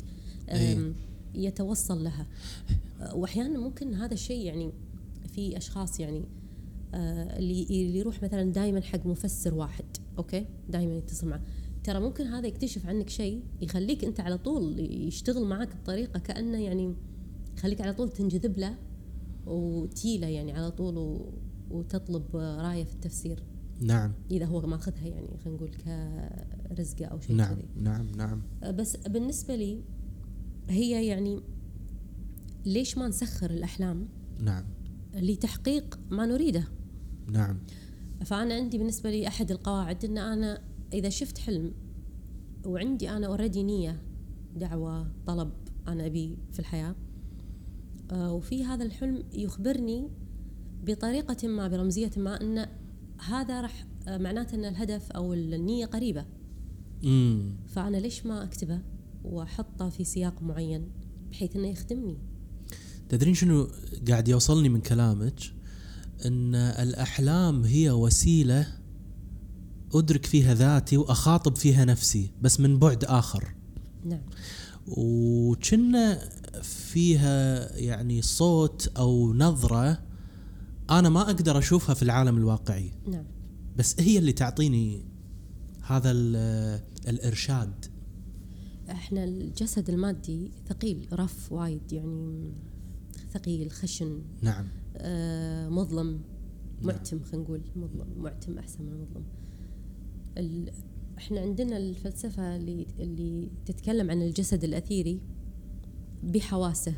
يتوصل لها. وأحيانا ممكن هذا الشيء يعني في أشخاص يعني اللي اللي يروح مثلا دائما حق مفسر واحد، أوكي دائما يتصل معه، ترى ممكن هذا يكتشف عنك شيء يخليك أنت على طول يشتغل معك بطريقة كأنه يعني يخليك على طول تنجذب له وتيله يعني على طول و... وتطلب راية في التفسير. نعم. إذا هو ماخذها يعني خلينا نقول كرزقة أو شيء نعم كذي. نعم نعم. بس بالنسبة لي هي يعني ليش ما نسخر الأحلام؟ نعم. لتحقيق ما نريده. نعم. فأنا عندي بالنسبة لي أحد القواعد إن أنا إذا شفت حلم وعندي أنا أوريدي نية، دعوة، طلب أنا أبي في الحياة، وفي هذا الحلم يخبرني بطريقة ما برمزية ما أن هذا رح معناته أن الهدف أو النية قريبة، مم. فأنا ليش ما أكتبه وأحطه في سياق معين بحيث أنه يخدمني. تدرين شنو قاعد يوصلني من كلامك؟ أن الأحلام هي وسيلة أدرك فيها ذاتي وأخاطب فيها نفسي بس من بعد آخر. نعم. وكنا فيها يعني صوت أو نظرة أنا ما أقدر أشوفها في العالم الواقعي. نعم. بس هي اللي تعطيني هذا الإرشاد. احنا الجسد المادي ثقيل، رف وايد، يعني ثقيل خشن. نعم. آه مظلم، معتم. خلينا نقول مظلم، معتم أحسن من مظلم. ال... احنا عندنا الفلسفة اللي اللي تتكلم عن الجسد الأثيري بحواسه.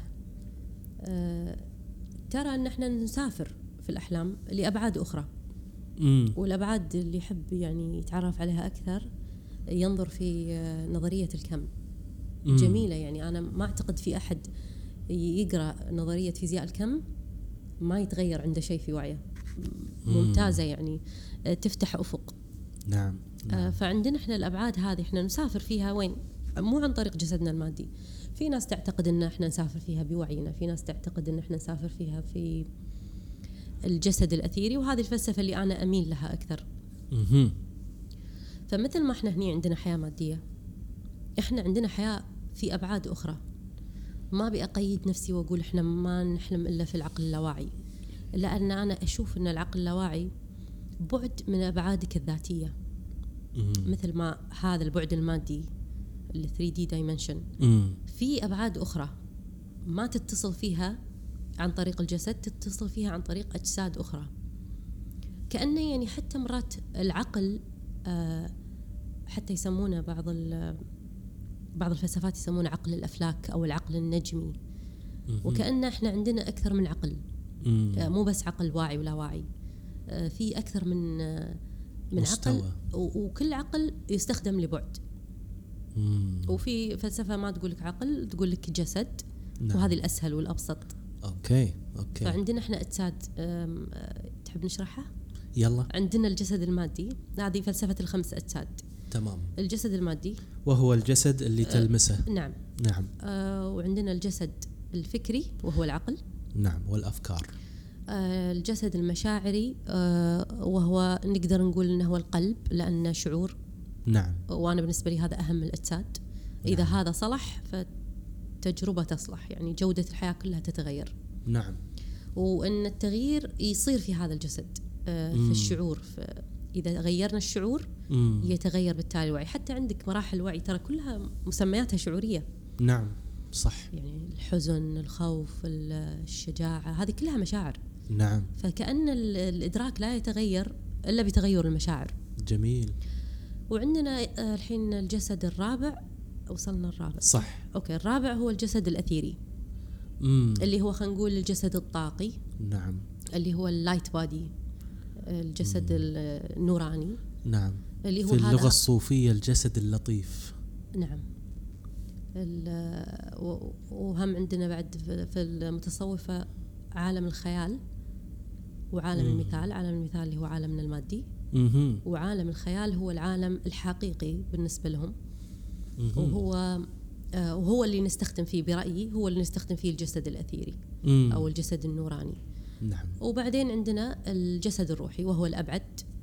آه ترى أن احنا نسافر في الأحلام لأبعاد أخرى. مم. والأبعاد اللي يحب يعني يتعرف عليها أكثر ينظر في نظرية الكم. مم. جميلة، يعني أنا ما أعتقد في أحد يقرأ نظرية فيزياء الكم ما يتغير عنده شيء في وعيه. ممتازة، يعني تفتح أفق. نعم. نعم. آه فعندنا إحنا الأبعاد هذه إحنا نسافر فيها وين؟ مو عن طريق جسدنا المادي. في ناس تعتقد إن إحنا نسافر فيها بوعينا، في ناس تعتقد إن إحنا نسافر فيها في الجسد الأثيري، وهذه الفلسفة اللي أنا أميل لها أكثر. مم. فمثل ما إحنا هني عندنا حياة مادية، إحنا عندنا حياة في أبعاد أخرى. ما بأقيد نفسي وأقول إحنا ما نحلم إلا في العقل اللاواعي، لأن أنا أشوف أن العقل اللاواعي بعد من أبعادك الذاتية. مم. مثل ما هذا البعد المادي ال ثري دي dimension، مم. في أبعاد أخرى ما تتصل فيها عن طريق الجسد، تتصل فيها عن طريق أجساد أخرى. كأنه يعني حتى مرات العقل آه حتى يسمونه بعض بعض الفلسفات يسمونه عقل الأفلاك أو العقل النجمي. مم. وكأن إحنا عندنا أكثر من عقل. مم. آه مو بس عقل واعي ولا واعي، آه في أكثر من آه من مستوى. عقل، وكل عقل يستخدم لبعد. مم. وفي فلسفة ما تقول لك عقل، تقول لك جسد. نعم. وهذه الأسهل والأبسط. أوكي أوكي. فعندنا إحنا أجساد، تحب نشرحها؟ يلا. عندنا الجسد المادي، هذه فلسفة الخمس أجساد. تمام. الجسد المادي وهو الجسد اللي تلمسه. آه نعم. نعم. آه وعندنا الجسد الفكري وهو العقل. نعم، والأفكار. آه الجسد المشاعري آه وهو نقدر نقول إنه هو القلب، لأنه شعور. نعم. وأنا بالنسبة لي هذا أهم الأجساد. إذا نعم. هذا صلح فتجربة تصلح، يعني جودة الحياة كلها تتغير. نعم. وأن التغيير يصير في هذا الجسد آه في الشعور. في إذا غيرنا الشعور مم. يتغير بالتالي الوعي. حتى عندك مراحل الوعي ترى كلها مسمياتها شعورية. نعم صح. يعني الحزن، الخوف، الشجاعة، هذه كلها مشاعر. نعم. فكأن الإدراك لا يتغير إلا بتغير المشاعر. جميل. وعندنا الحين الجسد الرابع، وصلنا الرابع صح. أوكي. الرابع هو الجسد الأثيري. مم. اللي هو خلينا نقول الجسد الطاقي. نعم. اللي هو اللايت بادي، الجسد مم. النوراني. نعم. اللي هو في اللغة الصوفية الجسد اللطيف. نعم. وهم عندنا بعد في المتصوفة عالم الخيال وعالم مم. المثال. عالم المثال اللي هو عالمنا المادي. مم. وعالم الخيال هو العالم الحقيقي بالنسبة لهم. مم. وهو آه وهو اللي نستخدم فيه برأيي، هو اللي نستخدم فيه الجسد الأثيري مم. أو الجسد النوراني. نعم. وبعدين عندنا الجسد الروحي وهو الأبعد.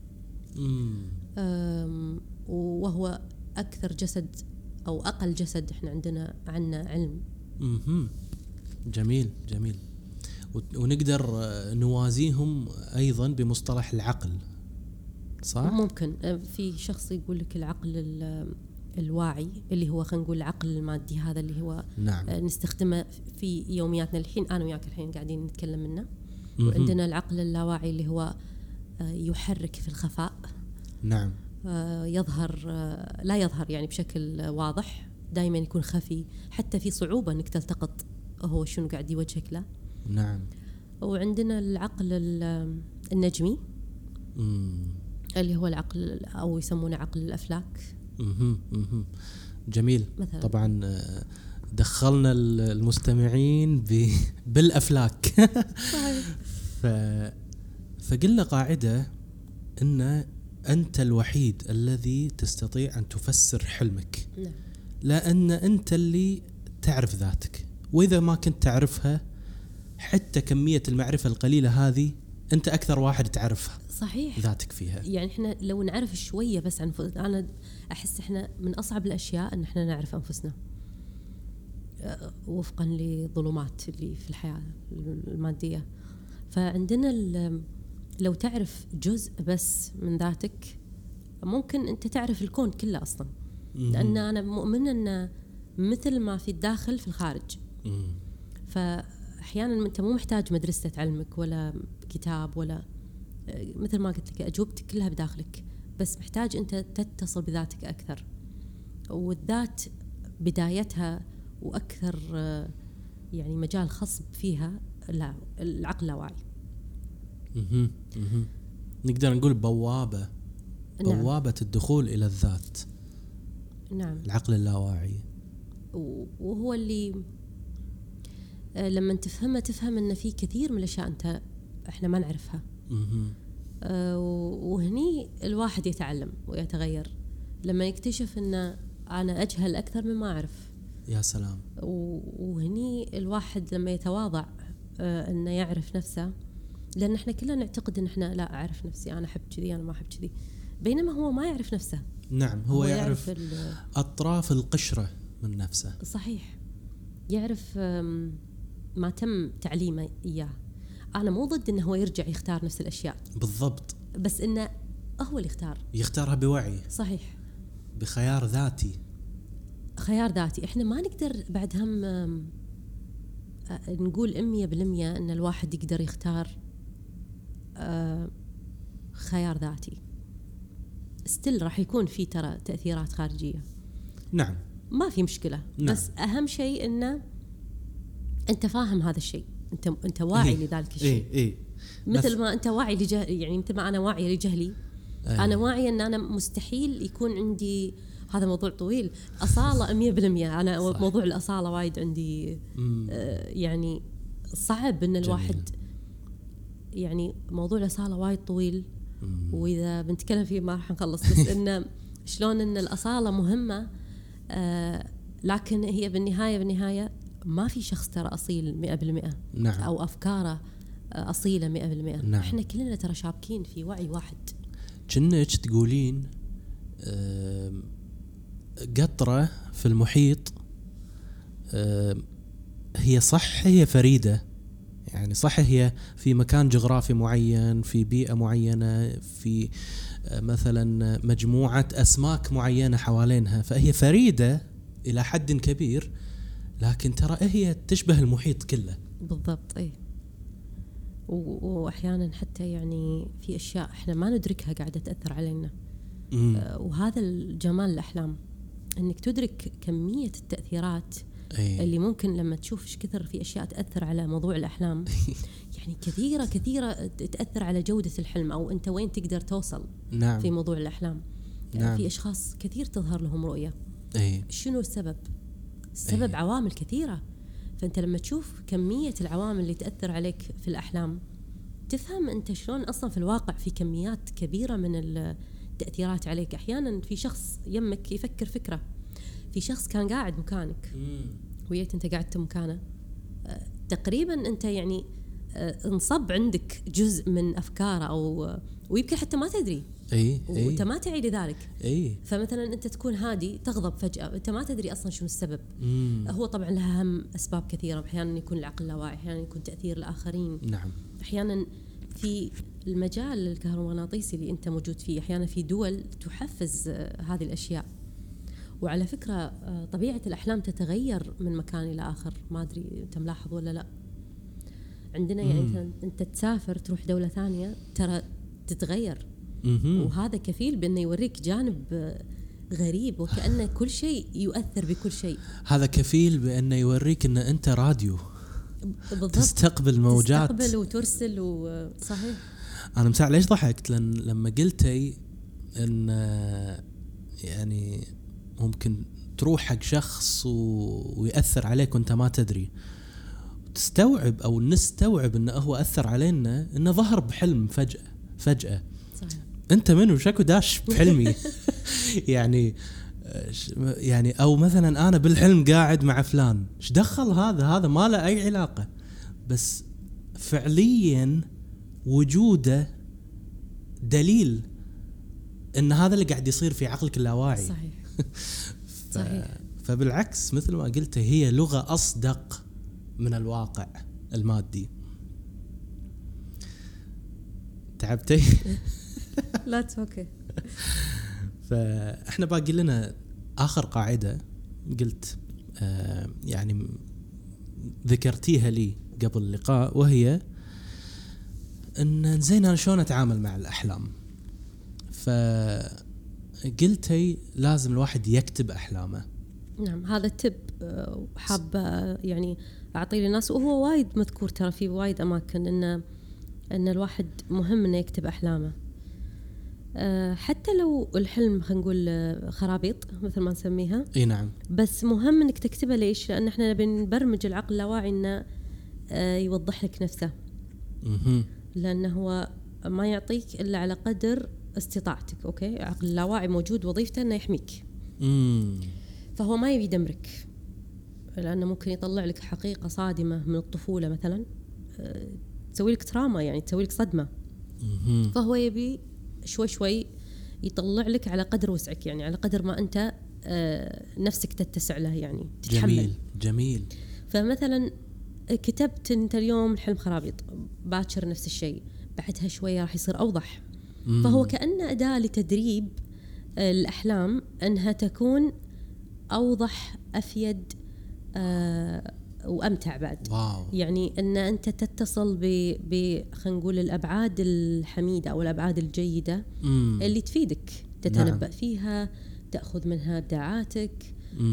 مم. وهو أكثر جسد أو أقل جسد إحنا عندنا عنا علم. مم. جميل جميل. ونقدر نوازيهم أيضا بمصطلح العقل، صح؟ ممكن في شخص يقول لك العقل الواعي اللي هو خلينا نقول العقل المادي، هذا اللي هو نعم. نستخدمه في يومياتنا الحين أنا وياك الحين قاعدين نتكلم منه. وعندنا العقل اللاواعي اللي هو يحرك في الخفاء. نعم. يظهر لا يظهر يعني بشكل واضح، دائما يكون خفي، حتى في صعوبة انك تلتقط هو شنو قاعد يوجهك له. نعم. وعندنا العقل النجمي مم. اللي هو العقل أو يسمونه عقل الأفلاك. مم. مم. جميل مثلاً. طبعا دخلنا المستمعين بالأفلاك. ف... فقلنا قاعدة إن أنت الوحيد الذي تستطيع أن تفسر حلمك. نعم. لأن أنت اللي تعرف ذاتك، وإذا ما كنت تعرفها حتى كمية المعرفة القليلة هذه أنت أكثر واحد تعرفها. صحيح. ذاتك فيها. يعني إحنا لو نعرف شوية بس عن أنفسنا، أنا أحس إحنا من أصعب الأشياء إن إحنا نعرف أنفسنا وفقا لظلمات اللي في الحياة المادية. فعندنا لو تعرف جزء بس من ذاتك ممكن أنت تعرف الكون كله أصلا. لأن أنا مؤمنة أن مثل ما في الداخل في الخارج. فأحيانا أنت مو محتاج مدرسة تعلمك ولا كتاب ولا، مثل ما قلت لك أجوبتك كلها بداخلك، بس محتاج أنت تتصل بذاتك أكثر. والذات بدايتها وأكثر يعني مجال خصب فيها لا العقل اللاواعي. نقدر نقول بوابة بوابة نعم. الدخول إلى الذات. نعم. العقل اللاواعي، وهو اللي لما تفهمه تفهم أن في كثير من الأشياء أنت إحنا ما نعرفها. أه وهني الواحد يتعلم ويتغير لما يكتشف أن أنا أجهل أكثر مما أعرف. يا سلام. وهني الواحد لما يتواضع أه أنه يعرف نفسه، لأن إحنا كلنا نعتقد أن إحنا لا أعرف نفسي، أنا أحب كذي أنا ما أحب كذي، بينما هو ما يعرف نفسه. نعم. هو, هو يعرف, يعرف أطراف القشرة من نفسه. صحيح. يعرف ما تم تعليمه إياه. أنا مو ضد إنه هو يرجع يختار نفس الأشياء بالضبط، بس إنه هو اللي يختار، يختارها بوعي. صحيح. بخيار ذاتي. خيار ذاتي. إحنا ما نقدر بعد هم نقول مية بالمية إن الواحد يقدر يختار خيار ذاتي. ستيل راح يكون في ترى تأثيرات خارجية. نعم. ما في مشكلة. نعم. بس أهم شيء إنه أنت فاهم هذا الشيء، أنت أنت واعي إيه؟ لذلك الشيء. إيه إيه. مثل ما أنت واعي لجهل، يعني مثل ما أنا واعي لجهلي. أيه. أنا واعي إن أنا مستحيل يكون عندي، هذا موضوع طويل، أصالة مية بالمية. أنا صح. موضوع الأصالة وايد عندي آه يعني صعب إن الواحد جميل. يعني موضوع الأصالة وايد طويل، مم. وإذا بنتكلم فيه ما راح نخلص. بس إنه شلون إن الأصالة مهمة، آه لكن هي بالنهاية بالنهاية ما في شخص ترى أصيل مئة بالمئة. نعم. أو أفكاره أصيلة مئة بالمئة. نعم. إحنا كلنا ترى شابكين في وعي واحد. كنك تقولين قطرة في المحيط، هي صح هي فريدة، يعني صح هي في مكان جغرافي معين، في بيئة معينة، في مثلا مجموعة أسماك معينة حوالينها، فهي فريدة إلى حد كبير، لكن ترى هي تشبه المحيط كله. بالضبط. إيه. وأحيانا حتى يعني في أشياء إحنا ما ندركها قاعدة تأثر علينا. آه وهذا الجمال الأحلام، إنك تدرك كمية التأثيرات أيه. اللي ممكن لما تشوف إيش كثر في أشياء تأثر على موضوع الأحلام. يعني كثيرة كثيرة تأثر على جودة الحلم، أو أنت وين تقدر توصل. نعم. في موضوع الأحلام. نعم. في أشخاص كثير تظهر لهم رؤية. أيه. شنو السبب؟ السبب أيه. عوامل كثيرة. فأنت لما تشوف كمية العوامل اللي تأثر عليك في الأحلام تفهم أنت شلون أصلا في الواقع في كميات كبيرة من التأثيرات عليك. أحيانا في شخص يمك يفكر فكرة، في شخص كان قاعد مكانك وياك أنت قاعدت مكانه، تقريبا أنت يعني انصب عندك جزء من أفكاره، أو ويمكن حتى ما تدري. أي. وأنت ما تعي لذلك. أي. فمثلا أنت تكون هادي تغضب فجأة، أنت ما تدري أصلا شنو السبب. مم. هو طبعا لها هم أسباب كثيرة، أحيانا يكون العقل اللاواعي، أحيانا يكون تأثير الآخرين. نعم. أحيانا في المجال الكهرومغناطيسي اللي أنت موجود فيه، أحيانا في دول تحفز هذه الأشياء. وعلى فكرة طبيعة الأحلام تتغير من مكان إلى آخر، ما أدري أنت ملاحظ ولا لا. عندنا يعني أنت تسافر تروح دولة ثانية ترى تتغير، وهذا كفيل بأنه يوريك جانب غريب، وكأنه كل شيء يؤثر بكل شيء. هذا كفيل بأنه يوريك أن أنت راديو. بالضبط. تستقبل موجات، تستقبل وترسل. وصحيح. أنا مساء ليش ضحكت لأن لما قلتي أن يعني ممكن تروح حق شخص ويأثر عليك وأنت ما تدري، تستوعب أو نستوعب أنه هو أثر علينا، أنه ظهر بحلم فجأة فجأة. صحيح. انت منو شكو داش بحلمي؟ يعني يعني او مثلا انا بالحلم قاعد مع فلان، ايش دخل هذا؟ هذا ما له اي علاقه، بس فعليا وجوده دليل ان هذا اللي قاعد يصير في عقلك اللاواعي. صحيح. ف... صحيح. فبالعكس مثل ما قلت هي لغه اصدق من الواقع المادي. تعبتي؟ لا اوكي. فاحنا باقي لنا اخر قاعده قلت آه يعني ذكرتيها لي قبل اللقاء، وهي ان زين انا شلون اتعامل مع الاحلام. فقلتي لازم الواحد يكتب احلامه. نعم هذا التب حابه يعني اعطيه للناس، وهو وايد مذكور ترى في وايد اماكن ان ان الواحد مهم انه يكتب احلامه. حتى لو الحلم خلينا نقول خرابيط مثل ما نسميها. اي نعم. بس مهم انك تكتبها. ليش؟ لان احنا بنبرمج العقل اللاواعي انه يوضح لك نفسه. اها. لانه هو ما يعطيك الا على قدر استطاعتك. اوكي، العقل اللاواعي موجود وظيفته انه يحميك. امم فهو ما يبي يدمرك، لانه ممكن يطلع لك حقيقه صادمه من الطفوله مثلا تسوي لك تراما، يعني تسوي لك صدمه. امم فهو يبي شوي شوي يطلع لك على قدر وسعك، يعني على قدر ما انت نفسك تتسع له، يعني تتحمل. جميل جميل. فمثلا كتبت انت اليوم الحلم خرابيط، باكر نفس الشيء، بعدها شويه راح يصير اوضح. مم. فهو كأنه أداة لتدريب الأحلام أنها تكون أوضح، أفيد، آه وأمتع بعد. واو. يعني أن أنت تتصل ب خلينا نقول الأبعاد الحميدة أو الأبعاد الجيدة مم. اللي تفيدك تتنبأ نعم. فيها، تأخذ منها إبداعاتك.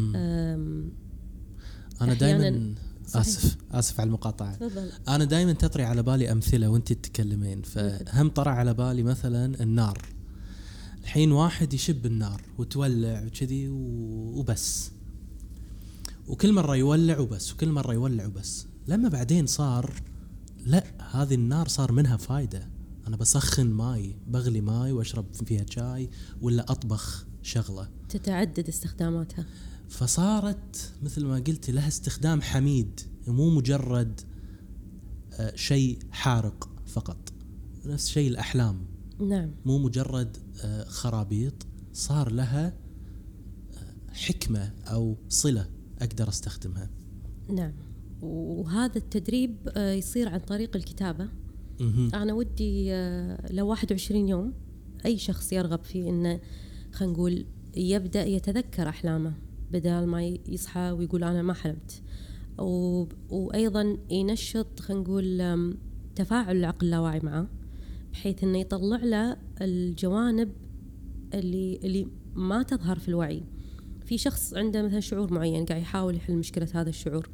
أنا دائما آسف آسف على المقاطعة. تفضل. أنا دائما تطري على بالي أمثلة وأنت تتكلمين، فهم طرى على بالي مثلا النار. الحين واحد يشب النار وتولع وكذي وبس، وكل مرة يولع وبس، وكل مرة يولع وبس. لما بعدين صار لا، هذه النار صار منها فايدة. أنا بسخن ماي، بغلي ماي وأشرب فيها شاي ولا أطبخ شغلة، تتعدد استخداماتها. فصارت مثل ما قلت لها استخدام حميد، مو مجرد شيء حارق فقط. نفس شيء الأحلام. نعم. مو مجرد خرابيط، صار لها حكمة أو صلة أقدر أستخدمها. نعم. وهذا التدريب يصير عن طريق الكتابة. م-م. أنا ودي لو واحد وعشرين يوم أي شخص يرغب في إنه خلينا نقول يبدأ يتذكر أحلامه بدل ما يصحى ويقول أنا ما حلمت، و... وأيضا ينشط خلينا نقول تفاعل العقل اللاواعي معه، بحيث إنه يطلع له الجوانب اللي اللي ما تظهر في الوعي. في شخص عنده مثلا شعور معين قاعد يحاول يحل مشكلة هذا الشعور،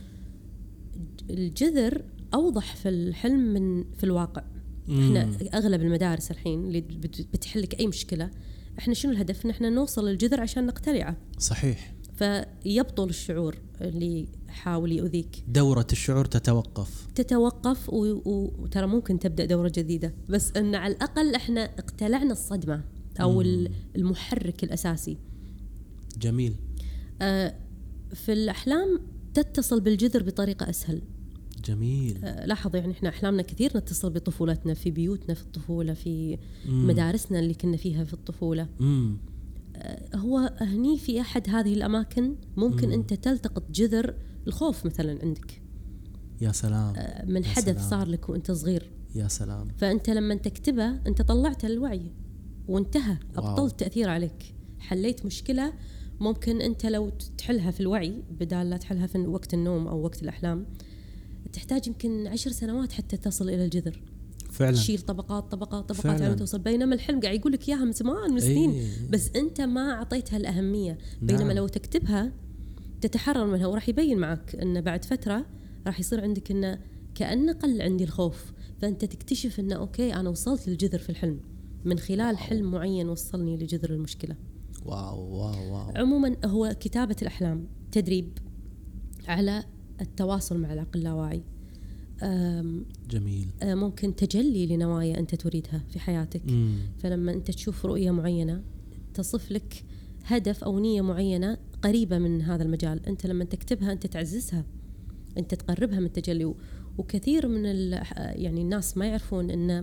الجذر أوضح في الحلم من في الواقع. مم. إحنا أغلب المدارس الحين اللي بتحلك أي مشكلة، إحنا شنو الهدف؟ نحن نوصل للجذر عشان نقتلعه. صحيح. فيبطل الشعور اللي حاول يؤذيك. دورة الشعور تتوقف تتوقف وترى ممكن تبدأ دورة جديدة، بس أن على الأقل إحنا اقتلعنا الصدمة أو مم. المحرك الأساسي. جميل. آه في الأحلام تتصل بالجذر بطريقة أسهل. جميل. آه لاحظ يعني إحنا أحلامنا كثير نتصل بطفولتنا، في بيوتنا في الطفولة، في مم. مدارسنا اللي كنا فيها في الطفولة. مم. آه هو هني في أحد هذه الأماكن ممكن مم. أنت تلتقط جذر الخوف مثلا عندك. يا سلام. آه من يا حدث سلام. صار لك وأنت صغير. يا سلام. فأنت لما تكتبه أنت طلعت الوعي وانتهى، أبطلت تأثير عليك، حليت مشكلة ممكن أنت لو تحلها في الوعي بدال لا تحلها في وقت النوم أو وقت الأحلام تحتاج يمكن عشر سنوات حتى تصل إلى الجذر. فعلا. تشيل طبقات طبقات طبقات على توصل. بينما الحلم قاعد يقول لك إياها من زمان من سنين. ايه. بس أنت ما أعطيتها الأهمية. بينما نعم. لو تكتبها تتحرر منها، وراح يبين معك أن بعد فترة راح يصير عندك أنه كأن قل عندي الخوف، فأنت تكتشف أنه أوكي أنا وصلت للجذر في الحلم من خلال واو. حلم معين وصلني لجذر المشكلة. واو واو واو. عموما هو كتابة الأحلام تدريب على التواصل مع العقل اللاواعي، جميل. ممكن تجلي لنوايا أنت تريدها في حياتك. مم. فلما أنت تشوف رؤية معينة تصف لك هدف أو نية معينة قريبة من هذا المجال، أنت لما تكتبها أنت تعززها، أنت تقربها من التجلي. وكثير من يعني الناس ما يعرفون أن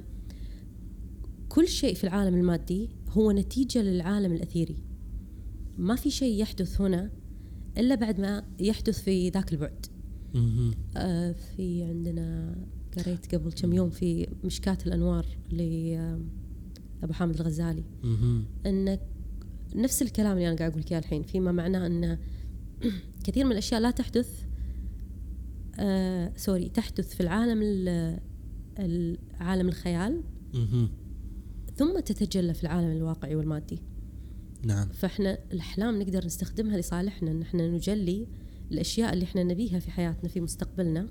كل شيء في العالم المادي هو نتيجة للعالم الأثيري. ما في شيء يحدث هنا إلا بعد ما يحدث في ذاك البعد. آه في عندنا قريت قبل كم يوم في مشكاة الأنوار لأبو حامد الغزالي أن نفس الكلام اللي أنا قاعد أقول لك الحين، فيما معناه أن كثير من الأشياء لا تحدث آه سوري تحدث في العالم العالم الخيال ثم تتجلى في العالم الواقعي والمادي. نعم. فإحنا الأحلام نقدر نستخدمها لصالحنا، إن إحنا نجلي الأشياء اللي إحنا نبيها في حياتنا في مستقبلنا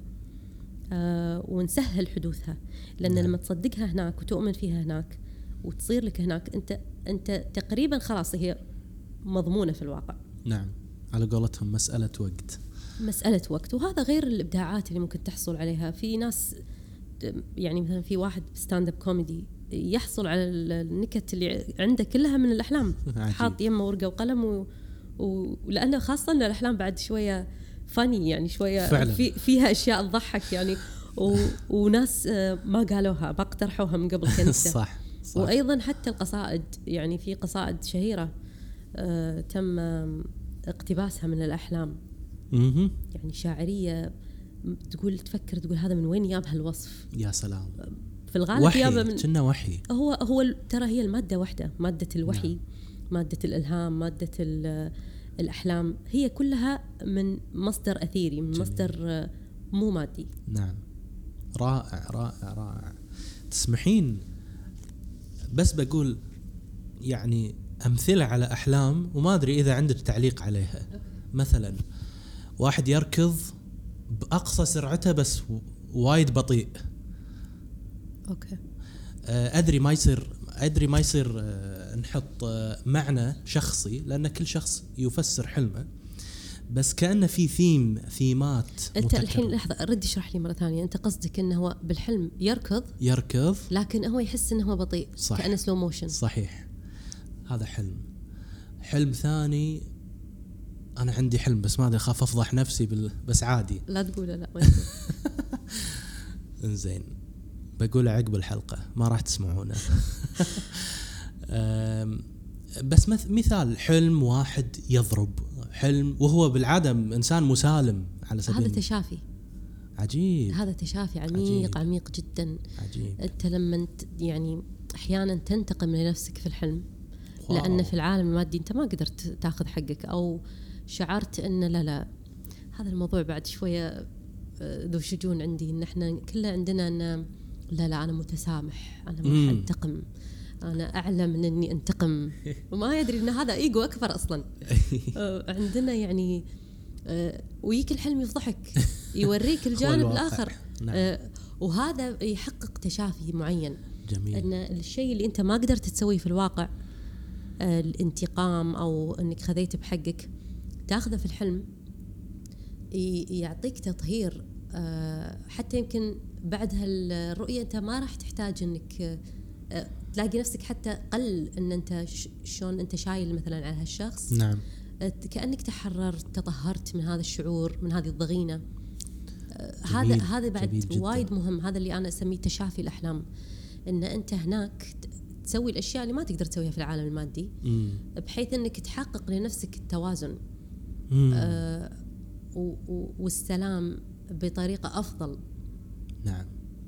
آه ونسهل حدوثها. لأن نعم. لما تصدقها هناك وتؤمن فيها هناك وتصير لك هناك، أنت أنت تقريبا خلاص هي مضمونة في الواقع. نعم، على قولتهم مسألة وقت. مسألة وقت. وهذا غير الإبداعات اللي ممكن تحصل عليها. في ناس يعني مثلا في واحد ستاند اب كوميدي يحصل على النكت اللي عنده كلها من الأحلام، حاط يمه ورقة وقلم و... و... ولأنه خاصة أن الأحلام بعد شوية فاني يعني شوية في... فيها أشياء تضحك يعني و... وناس ما قالوها بقترحوها من قبل كنسة. صح. صح. وأيضا حتى القصائد، يعني في قصائد شهيرة آه تم اقتباسها من الأحلام. يعني شاعرية تقول تفكر تقول هذا من وين جاب هالوصف. يا سلام. في الغالب وحي من كنا وحي. هو هو ترى هي المادة واحدة، مادة الوحي. نعم. مادة الإلهام، مادة الأحلام، هي كلها من مصدر أثيري، من جميل. مصدر مو مادي. نعم. رائع رائع رائع. تسمحين بس بقول يعني أمثلة على أحلام وما أدري إذا عندك تعليق عليها. مثلا واحد يركض بأقصى سرعته بس وايد بطيء. أوكي. أدري ما يصير أدري ما يصير نحط معنى شخصي لأن كل شخص يفسر حلمه، بس كأنه في ثيم ثيمات. أنت متكرر. الحين لحظة رد اشرح لي مرة ثانية. أنت قصدك إنه هو بالحلم يركض يركض لكن هو يحس إنه هو بطيء. صح. كأنه سلو موشن. صحيح. هذا حلم. حلم ثاني، أنا عندي حلم بس ما أدري أخاف أفضح نفسي بال... بس عادي. لا تقوله. لا ما إنزين بقول عقب الحلقة ما راح تسمعونه. بس مثال حلم واحد يضرب حلم وهو بالعادة إنسان مسالم على سبيل هذا تشافي. عجيب. هذا تشافي عميق. عجيب. عميق جدا. عجيب. أنت لما يعني أحيانا تنتقم لنفسك في الحلم. واو. لأن في العالم المادي أنت ما قدرت تأخذ حقك أو شعرت أن لا لا هذا الموضوع بعد شوية ذو شجون عندي، إن إحنا كله عندنا أن لا لا أنا متسامح، أنا ما أنتقم، أنا أعلم من إني أنتقم وما يدري إن هذا إيجو أكبر أصلاً. عندنا يعني ويك الحلم يفضحك يوريك الجانب الآخر. نعم. وهذا يحقق تشافي معين. جميل. أن الشيء اللي أنت ما قدرت تسويه في الواقع، الانتقام أو أنك خذيت بحقك، تأخذه في الحلم يعطيك تطهير. حتى يمكن بعد هالرؤية أنت ما راح تحتاج أنك تلاقي نفسك حتى قل أن أنت شلون أنت شايل مثلا على هالشخص. نعم. كأنك تحررت، تطهرت من هذا الشعور، من هذه الضغينة. هذا هذا بعد وايد مهم. هذا اللي أنا أسميه تشافي الأحلام، أن أنت هناك تسوي الأشياء اللي ما تقدر تسويها في العالم المادي. مم. بحيث أنك تحقق لنفسك التوازن آه والسلام بطريقة أفضل. نعم.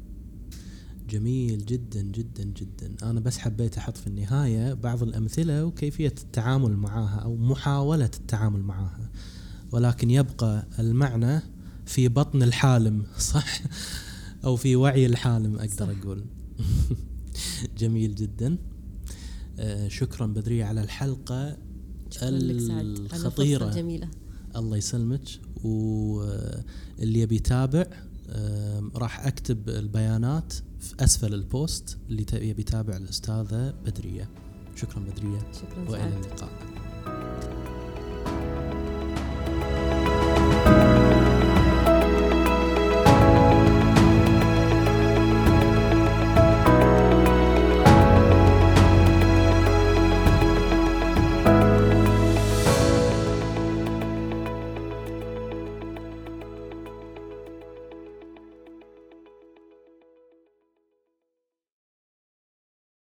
جميل جدا جدا جدا. أنا بس حبيت أحط في النهاية بعض الأمثلة وكيفية التعامل معها أو محاولة التعامل معها، ولكن يبقى المعنى في بطن الحالم. صح. أو في وعي الحالم أقدر صح. أقول. جميل جدا. آه شكرا بدرية على الحلقة الخطيرة. جميلة. الله يسلمك. واللي يبي يتابع آه راح أكتب البيانات في أسفل البوست اللي يبي يتابع الأستاذة بدرية. شكرا بدرية. شكرا. وإلى اللقاء.